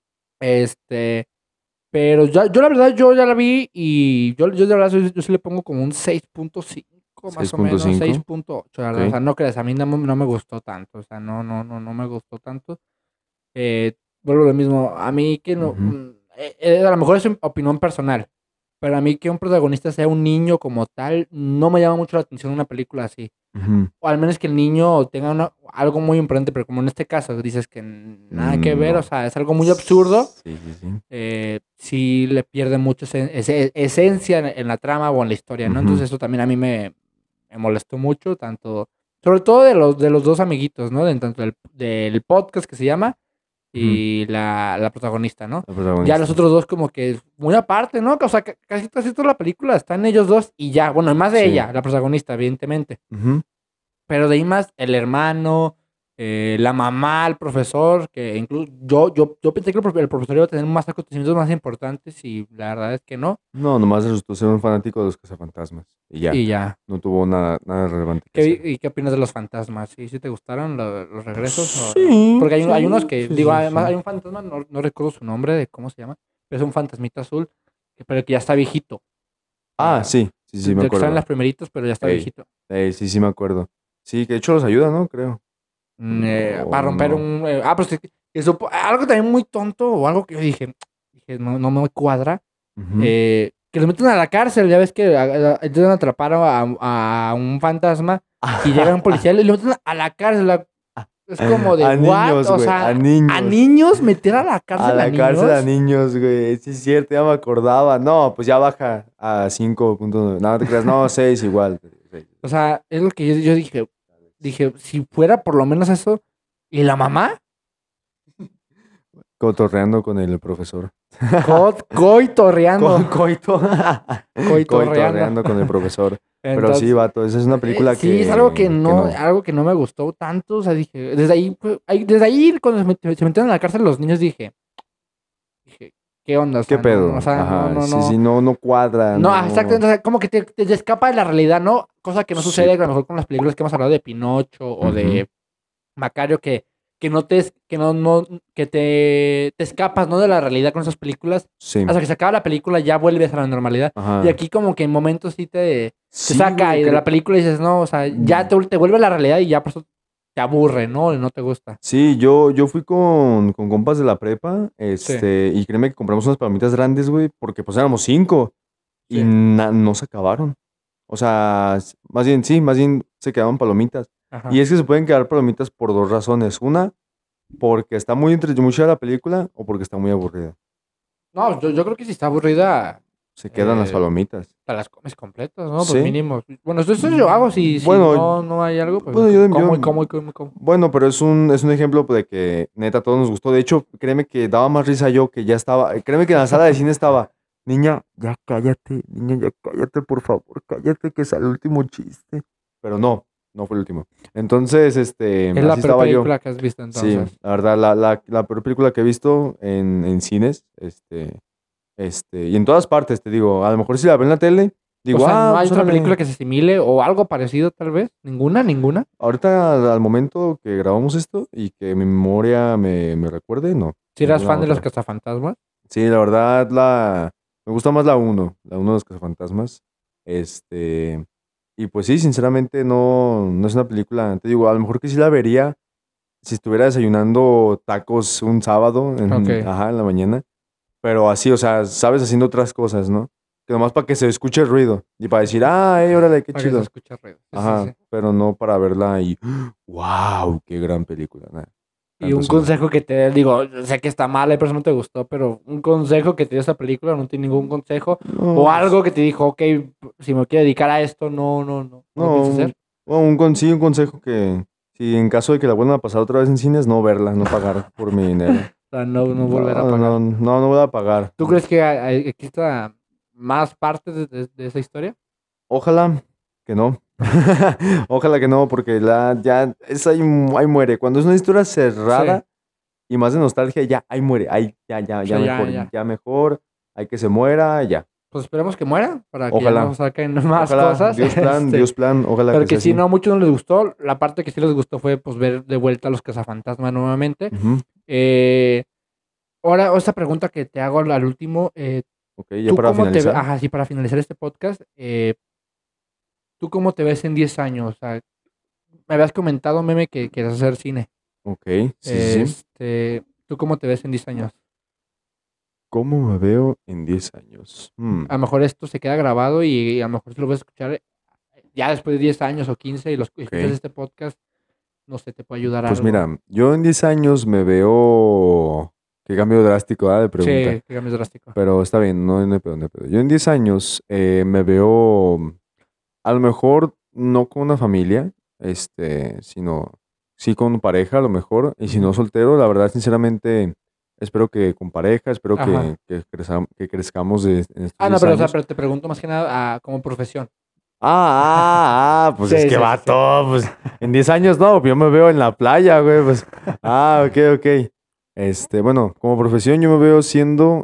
este, pero yo la verdad, yo ya la vi y yo de verdad, yo sí le pongo como un 6.5 seis más o punto menos, cinco 6.8, la verdad, o Ok. sea, no creas, a mí no me gustó tanto, o sea, no me gustó tanto. Eh, Vuelvo a lo mismo, a mí que no, Ujú, a lo mejor es opinión personal, pero a mí que un protagonista sea un niño como tal, no me llama mucho la atención una película así. ujú. O al menos que el niño tenga algo muy importante, pero como en este caso dices que nada que ver, o No. sea, es algo muy absurdo, Sí. sí le pierde mucho esencia en la trama o en la historia, ¿no? Ujú, Entonces eso también a mí me molestó mucho, tanto, sobre todo de los dos amiguitos, ¿no? Tanto del podcast que se llama ujú. y la protagonista, ¿no? La Ya los protagonista. otros dos como que muy aparte, ¿no? O sea, casi toda la película están ellos dos y ya, bueno, más de Sí. ella, la protagonista, evidentemente. Ujú. Pero de ahí más, el hermano, la mamá, el profesor, que incluso yo pensé que el profesor iba a tener más acontecimientos más importantes y la verdad es que no. No, nomás resultó ser un fanático de los cazafantasmas. Y ya. Y ya. No tuvo nada relevante que hacer. ¿Y qué opinas de los fantasmas? ¿Sí te gustaron los regresos? Sí, Porque hay unos que, digo, además sí. hay un fantasma, no recuerdo su nombre, de cómo se llama, pero es un fantasmita azul, pero que ya está viejito. Ah, Ah, sí me de que salen acuerdo. las primeritos, pero ya está Ey, viejito. sí me acuerdo. Sí, que de hecho los ayuda, ¿no? Creo. Para romper No. un... pues algo también muy tonto o algo que yo dije no me cuadra. Ujú. Que los meten a la cárcel, ya ves que intentan atrapar a un fantasma y llega un policía y lo meten a la cárcel. Es como de, A ¿what? niños, O güey, a sea, ¿a niños. niños? ¿Meter a la A cárcel a la cárcel a niños? niños, güey. Sí, es cierto, ya me acordaba. No, pues ya baja a 5.9. No, no te creas, no, 6 igual. Seis. O sea, es lo que yo dije, si fuera por lo menos eso, ¿y la mamá? Cotorreando con el profesor. Coitorreando, Coito. coitorreando. Coitorreando con el profesor. Pero sí, Entonces, vato, esa es una película sí, es algo que no. algo que no me gustó tanto. O sea, dije, desde ahí cuando se metieron en la cárcel los niños, dije, ¿qué onda? O ¿Qué sea, pedo? Ajá, sí, sí, no, no cuadra, no, exacto, no. entonces como que te escapa de la realidad, ¿no? Cosa que no Sí. sucede a lo mejor con las películas que hemos hablado de Pinocho o Ujú. de Macario, que no te, que no, que te escapas, ¿no? De la realidad con esas películas. Sí. Hasta que se acaba la película ya vuelves a la normalidad. Y Ajá. aquí como que en momentos sí te Sí, saca güey. y de la película y dices, no, o sea, ya te vuelve a la realidad y ya por eso te aburre, ¿no? Y no te gusta. Sí, yo fui con compas de la prepa, Sí, y créeme que compramos unas palomitas grandes, güey, porque pues éramos 5 y sí. no se acabaron. O sea, más bien, sí, más bien se quedaban palomitas. Ajá. Y es que se pueden quedar palomitas por dos razones. Una, porque está muy mucha la película o porque está muy aburrida. No, yo creo que si está aburrida, Se quedan las eh, palomitas. te las comes completas, ¿no? Pues Sí. mínimo. Bueno, eso yo hago. Si Bueno, no hay algo, pues bueno, como. bueno, pero es un ejemplo de que neta a todos nos gustó. De hecho, créeme que daba más risa yo que ya estaba. Créeme que en la sala de cine estaba. Niña, ya cállate, por favor, cállate, que es el último chiste. Pero no, no fue el último. Entonces, Es la así peor estaba yo. película que has visto Sí, entonces. la verdad, la peor película que he visto en cines, y en todas partes, te digo, a lo mejor si la veo en la tele, O digo, sea, no hay pues otra órale. película que se asimile o algo parecido, tal vez. Ninguna. Ahorita, al momento que grabamos esto y que mi memoria me recuerde, no, Si eras ninguna fan de los otra. cazafantasmas. Sí, la verdad, me gusta más la uno de los cazafantasmas. Este, y pues sí, sinceramente no es una película, te digo, a lo mejor que sí la vería si estuviera desayunando tacos un sábado, Ok. ajá, en la mañana, pero así, o sea, sabes, haciendo otras cosas, ¿no? Que nomás para que se escuche el ruido y para decir, órale, qué Para que se chido. escuche ruido. Sí. Ajá, pero no para verla y, wow, qué gran película, nada, Y tanto un así no. consejo que te digo, sé que está mal, por eso no te gustó, pero un consejo que te dio esa película, no tiene ningún consejo. O No, pues, algo que te dijo, ok, si me quiero dedicar a esto, no lo no, pienso hacer. sí, un consejo que, si en caso de que la vuelvan a pasar otra vez en cines, no verla, no pagar por mi dinero. O sea, no volver a No, no, pagar. no, no voy a pagar. ¿Tú crees que exista más partes de esa historia? Ojalá que no. Ojalá que no, porque ya es ahí muere. Cuando es una historia Sí. cerrada y más de nostalgia, ya ahí muere. Ahí O sea, ya mejor, ya. ya mejor. Hay que se muera, ya. Pues esperemos que muera para que ya no Ojalá. saquen más Ojalá. cosas. Dios plan, ojalá Pero que que sea sí, así. no, a muchos no les gustó. La parte que sí les gustó fue pues ver de vuelta a los cazafantasmas nuevamente. Ujú. Eh, Ahora, esta pregunta que te hago al último, Ok, ya ¿tú para cómo te ves? finalizar. Ajá, sí, para finalizar este podcast, ¿tú cómo te ves en 10 años? O sea, me habías comentado, meme, que quieres hacer cine. Ok, sí, sí, sí. ¿Tú cómo te ves en 10 años? ¿Cómo me veo en 10 años? A lo mejor esto se queda grabado y a lo mejor si lo vas a escuchar ya después de 10 años o 15 y escuchas Ok. este podcast, no sé, te puede ayudar Pues algo. mira, yo en 10 años me veo. Qué cambio drástico, de pregunta. Sí, que cambios drástico. Pero está bien, no hay pedo, no hay pedo. Yo en 10 años me veo, a lo mejor no con una familia, sino sí con pareja a lo mejor, y si no Ujú. soltero, la verdad, sinceramente, espero que con pareja, espero Ajá. que crezcamos en estos Ah, no, 10 pero, o sea, años. pero te pregunto más que nada como profesión. Pues es Sí, que sí, va sí. todo, pues en 10 años no, yo me veo en la playa, güey, pues, ok. Bueno, como profesión yo me veo siendo,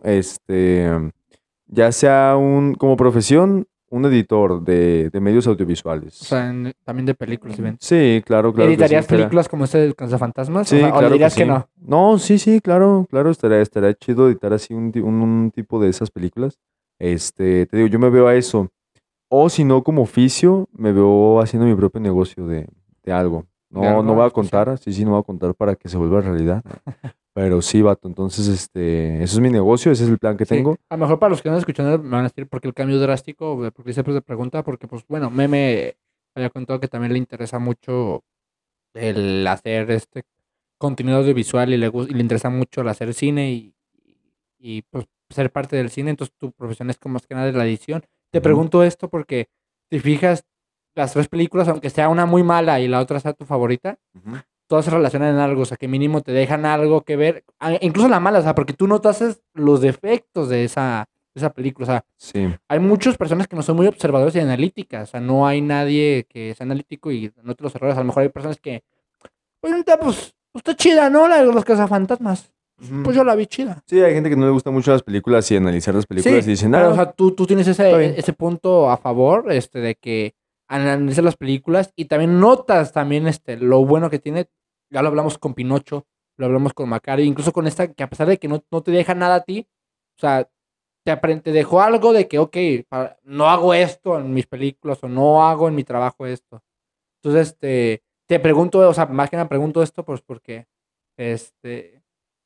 ya sea como profesión, un editor de medios O audiovisuales. sea, también de películas, ¿sí ven? Sí, claro que sí, ¿Editarías películas como este de Cazafantasmas? O sí, sea, ¿o le claro que dirías que sí. no? No, sí, claro, estaría chido editar así un tipo de esas películas. Te digo, yo me veo a eso. O si no, como oficio, me veo haciendo mi propio negocio de algo. ¿De algo No voy a especial? contar, sí, no voy a contar para que se vuelva realidad. Pero sí, vato, entonces, eso es mi negocio, ese es el plan que Sí, tengo. a lo mejor para los que no están escuchando me van a decir por qué el cambio drástico, porque siempre se pregunta, porque pues bueno, Meme había contado que también le interesa mucho el hacer contenido audiovisual y le interesa mucho el hacer cine y pues ser parte del cine, entonces tu profesión es como más que nada de la edición. Te Ujú, pregunto esto porque si fijas las tres películas, aunque sea una muy mala y la otra sea tu favorita, ujú. todas se relacionan en algo, o sea, que mínimo te dejan algo que ver, incluso la mala, o sea, porque tú notas los defectos de esa película, o sea, Sí, hay muchas personas que no son muy observadores y analíticas, o sea, no hay nadie que sea analítico y note los errores, a lo mejor hay personas que, pues, neta, pues está chida, ¿no? La de los cazafantasmas, pues ujú. yo la vi chida. Sí, hay gente que no le gusta mucho las películas y analizar las películas y Sí, dicen, pero, o ah, sea, tú tienes está bien. ese punto a favor, de que analizas las películas y también notas también, lo bueno que tiene. Ya lo hablamos con Pinocho, lo hablamos con Macario, incluso con esta, que a pesar de que no te deja nada a ti, o sea, te dejó algo de que, ok, no hago esto en mis películas o no hago en mi trabajo esto. Entonces, te pregunto, o sea, más que nada pregunto esto, pues porque, este,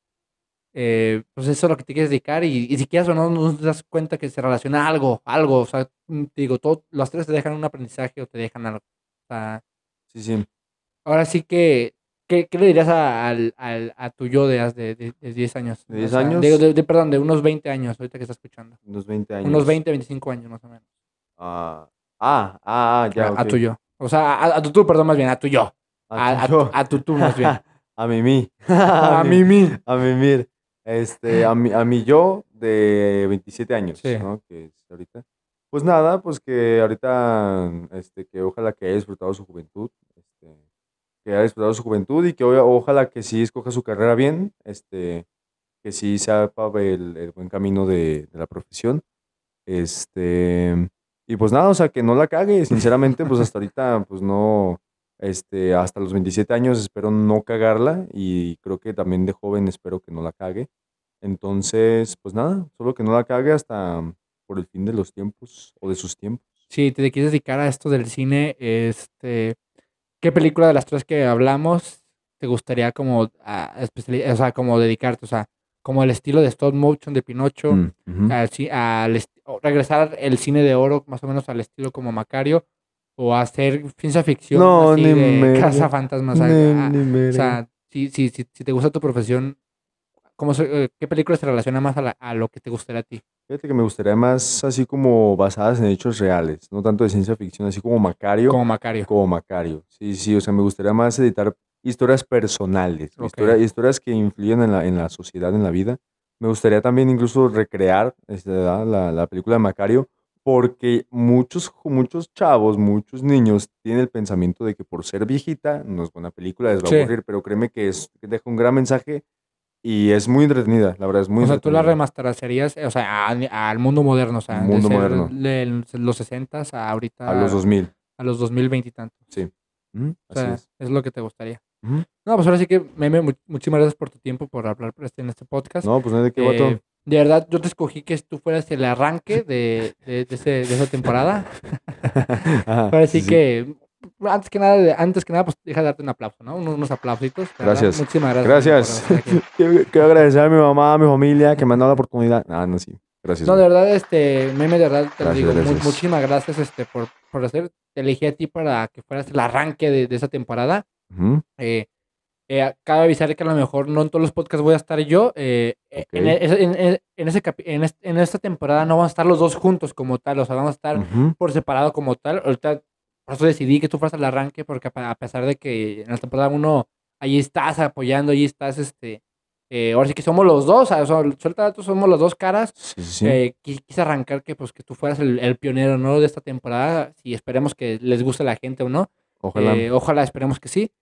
pues eso es lo que te quieres dedicar y si quieres o no te das cuenta que se relaciona algo, o sea, te digo, los tres te dejan un aprendizaje o te dejan algo. O sea, Sí, sí, ahora sí que, ¿qué le dirías a tu yo de 10 años? de O 10 sea, años, perdón, de unos 20 años, ahorita que estás escuchando. unos 20 Unos años. 20 25 años más o menos. Ah, ya, A ok. tu yo. O sea, a tu tú, perdón, más bien, a tu yo. A tu yo. A tu tú, más bien. A mí. A mí. A mimir. A mi yo de 27 años, Sí. ¿no? Que es ahorita. Pues nada, pues que ahorita, que ojalá que haya disfrutado su juventud, que haya disfrutado su juventud y que ojalá que sí escoja su carrera bien, que sí sepa el buen camino de la profesión. Y pues nada, o sea, que no la cague, sinceramente, pues hasta ahorita, pues no, hasta los 27 años espero no cagarla y creo que también de joven espero que no la cague. Entonces, pues nada, solo que no la cague hasta por el fin de los tiempos o de sus tiempos. Si te quieres dedicar a esto del cine, ¿qué película de las tres que hablamos te gustaría como o sea, como dedicarte? O sea, como el estilo de stop motion de Pinocho, Ujú. o regresar el cine de oro más o menos al estilo como Macario, o hacer ciencia ficción No, así ni de merga, cazafantasmas. ni O merga. sea, si te gusta tu profesión, ¿qué película se relaciona más a lo que te gustaría a ti? Fíjate que me gustaría más así como basadas en hechos reales, no tanto de ciencia ficción, así como Macario, Como Macario. como Macario. Sí, sí, o sea, me gustaría más editar historias personales, Ok. historias que influyen en la sociedad, en la vida. Me gustaría también incluso recrear ¿verdad? La película de Macario, porque muchos chavos, muchos niños tienen el pensamiento de que por ser viejita no es buena película, les va a Sí. aburrir, pero créeme que deja un gran mensaje y es muy entretenida, la verdad, es muy O sea, tú la entretenida. remasterizarías, o sea, al mundo moderno, o sea, de Mundo ser moderno. de los 60 a A los ahorita, 2000, a los 2020 y tantos. sí. Ujú, O así sea, es. es lo que te gustaría. Ujú. No, pues ahora sí que, Meme, muchísimas gracias por tu tiempo, por hablar en este podcast. No, pues no hay de qué, vato. De verdad, yo te escogí que tú fueras el arranque de esa temporada. Ajá, Ahora sí, sí sí. que, antes que nada, pues deja de darte un aplauso, ¿no? Unos aplausitos, de verdad. Gracias. Muchísimas gracias, Meme, por Gracias. estar aquí. Quiero agradecer a mi mamá, a mi familia que me han dado la oportunidad. Ah, no, sí. Gracias, No, de güey. verdad, Meme, de verdad, te lo Gracias, digo, gracias. muchísimas gracias, por hacer, te elegí a ti para que fueras el arranque de esa temporada. Ujú, Eh, Cabe avisar que a lo mejor no en todos los podcasts voy a estar yo. ok. En esta temporada no vamos a estar los dos juntos como tal, o sea, vamos a estar Ujú, por separado como tal. Ahorita, por eso decidí que tú fueras el arranque, porque a pesar de que en la temporada uno, ahí estás apoyando, ahí estás, ahora sí que somos los dos, o sea, suelta datos, somos las dos caras. sí, sí, sí. Quise arrancar que, pues, que tú fueras el pionero, ¿no? De esta temporada, y esperemos que les guste a la gente o no. Ojalá. Ojalá, esperemos que sí.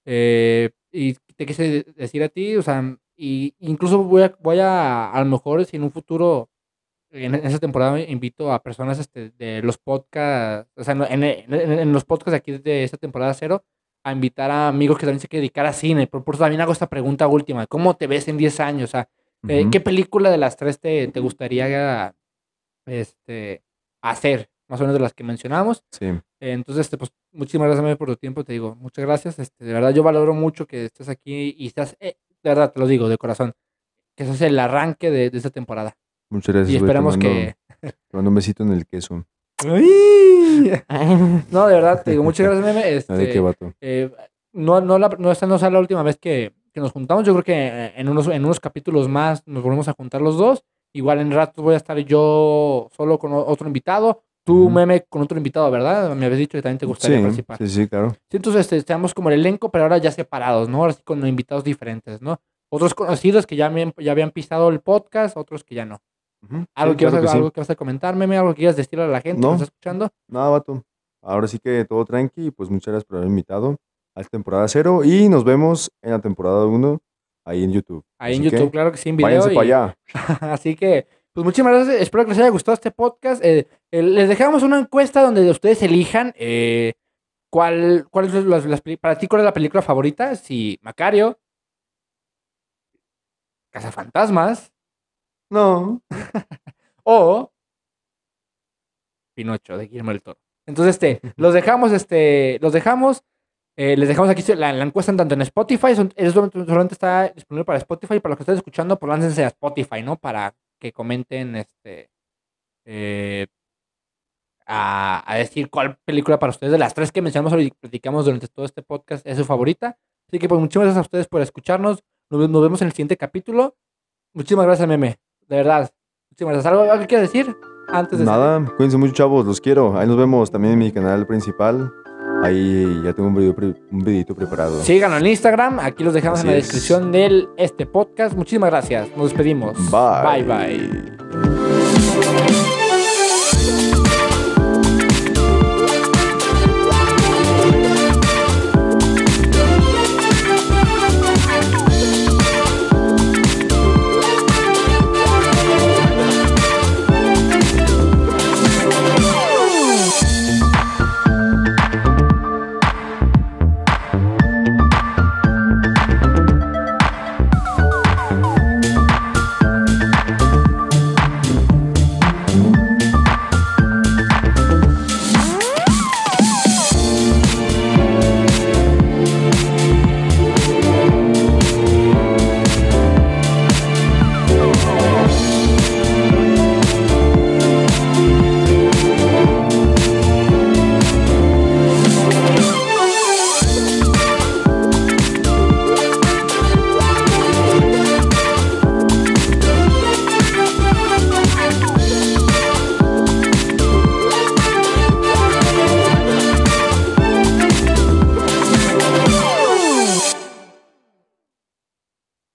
Y te quise decir a ti, o sea, y incluso a lo mejor si en un futuro, en esa temporada invito a personas de los podcasts, o sea, en los podcasts de aquí de esta temporada cero, a invitar a amigos que también se quieren dedicar a cine. Por eso también hago esta pregunta última, ¿cómo te ves en 10 años? O sea, Ujú. ¿qué película de las tres te gustaría este, hacer? más o menos de las que mencionamos. Sí. Entonces, pues muchísimas gracias, Meme, por tu tiempo. Te digo, muchas gracias. De verdad, yo valoro mucho que estés aquí y estás, de verdad, te lo digo de corazón, que ese es el arranque de esta temporada. Muchas gracias, Y güey. esperamos que... Te mando un besito en el queso. ¡Ay! No, de verdad, te digo, muchas gracias, Meme. ¿De qué vato? Esta no será la última vez que nos juntamos. Yo creo que en unos capítulos más nos volvemos a juntar los dos. Igual en rato voy a estar yo solo con otro invitado. Tú, Meme, con otro invitado, ¿verdad? Me habías dicho que también te gustaría participar. Sí, claro. Sí, entonces estamos como el elenco, pero ahora ya separados, ¿no? Ahora sí con invitados diferentes, ¿no? Otros conocidos que ya habían pisado el podcast, otros que ya no. ¿Algo que vas a comentar, Meme? ¿Algo que quieras decirle a la gente que nos está escuchando? Nada, vato. Ahora sí que todo tranqui. Pues muchas gracias por haberme invitado a esta temporada 0. Y nos vemos en la temporada 1 ahí en YouTube. Ahí en YouTube, claro que sí, en video. Váyanse para allá. Así que, pues muchísimas gracias. Espero que les haya gustado este podcast. Les dejamos una encuesta donde ustedes elijan cuál es para ti, cuál es la película favorita. Si Macario, Cazafantasmas. No. O Pinocho de Guillermo del Toro. Entonces, les dejamos aquí la encuesta tanto en Spotify, solamente está disponible para Spotify. Para los que estén escuchando, pues láncense a Spotify, ¿no? Para que comenten a decir cuál película para ustedes de las 3 que mencionamos y platicamos durante todo este podcast es su favorita. Así que pues muchísimas gracias a ustedes por escucharnos. Nos vemos en el siguiente capítulo. Muchísimas gracias, Meme. De verdad. Muchísimas gracias. ¿Algo que quieras decir antes de Nada, cuídense mucho, chavos. Los quiero. Ahí nos vemos también en mi canal principal. Ahí ya tengo un videito preparado. Síganlo en Instagram. Aquí los dejamos en la descripción de este podcast. Muchísimas gracias. Nos despedimos. Bye. Bye, bye.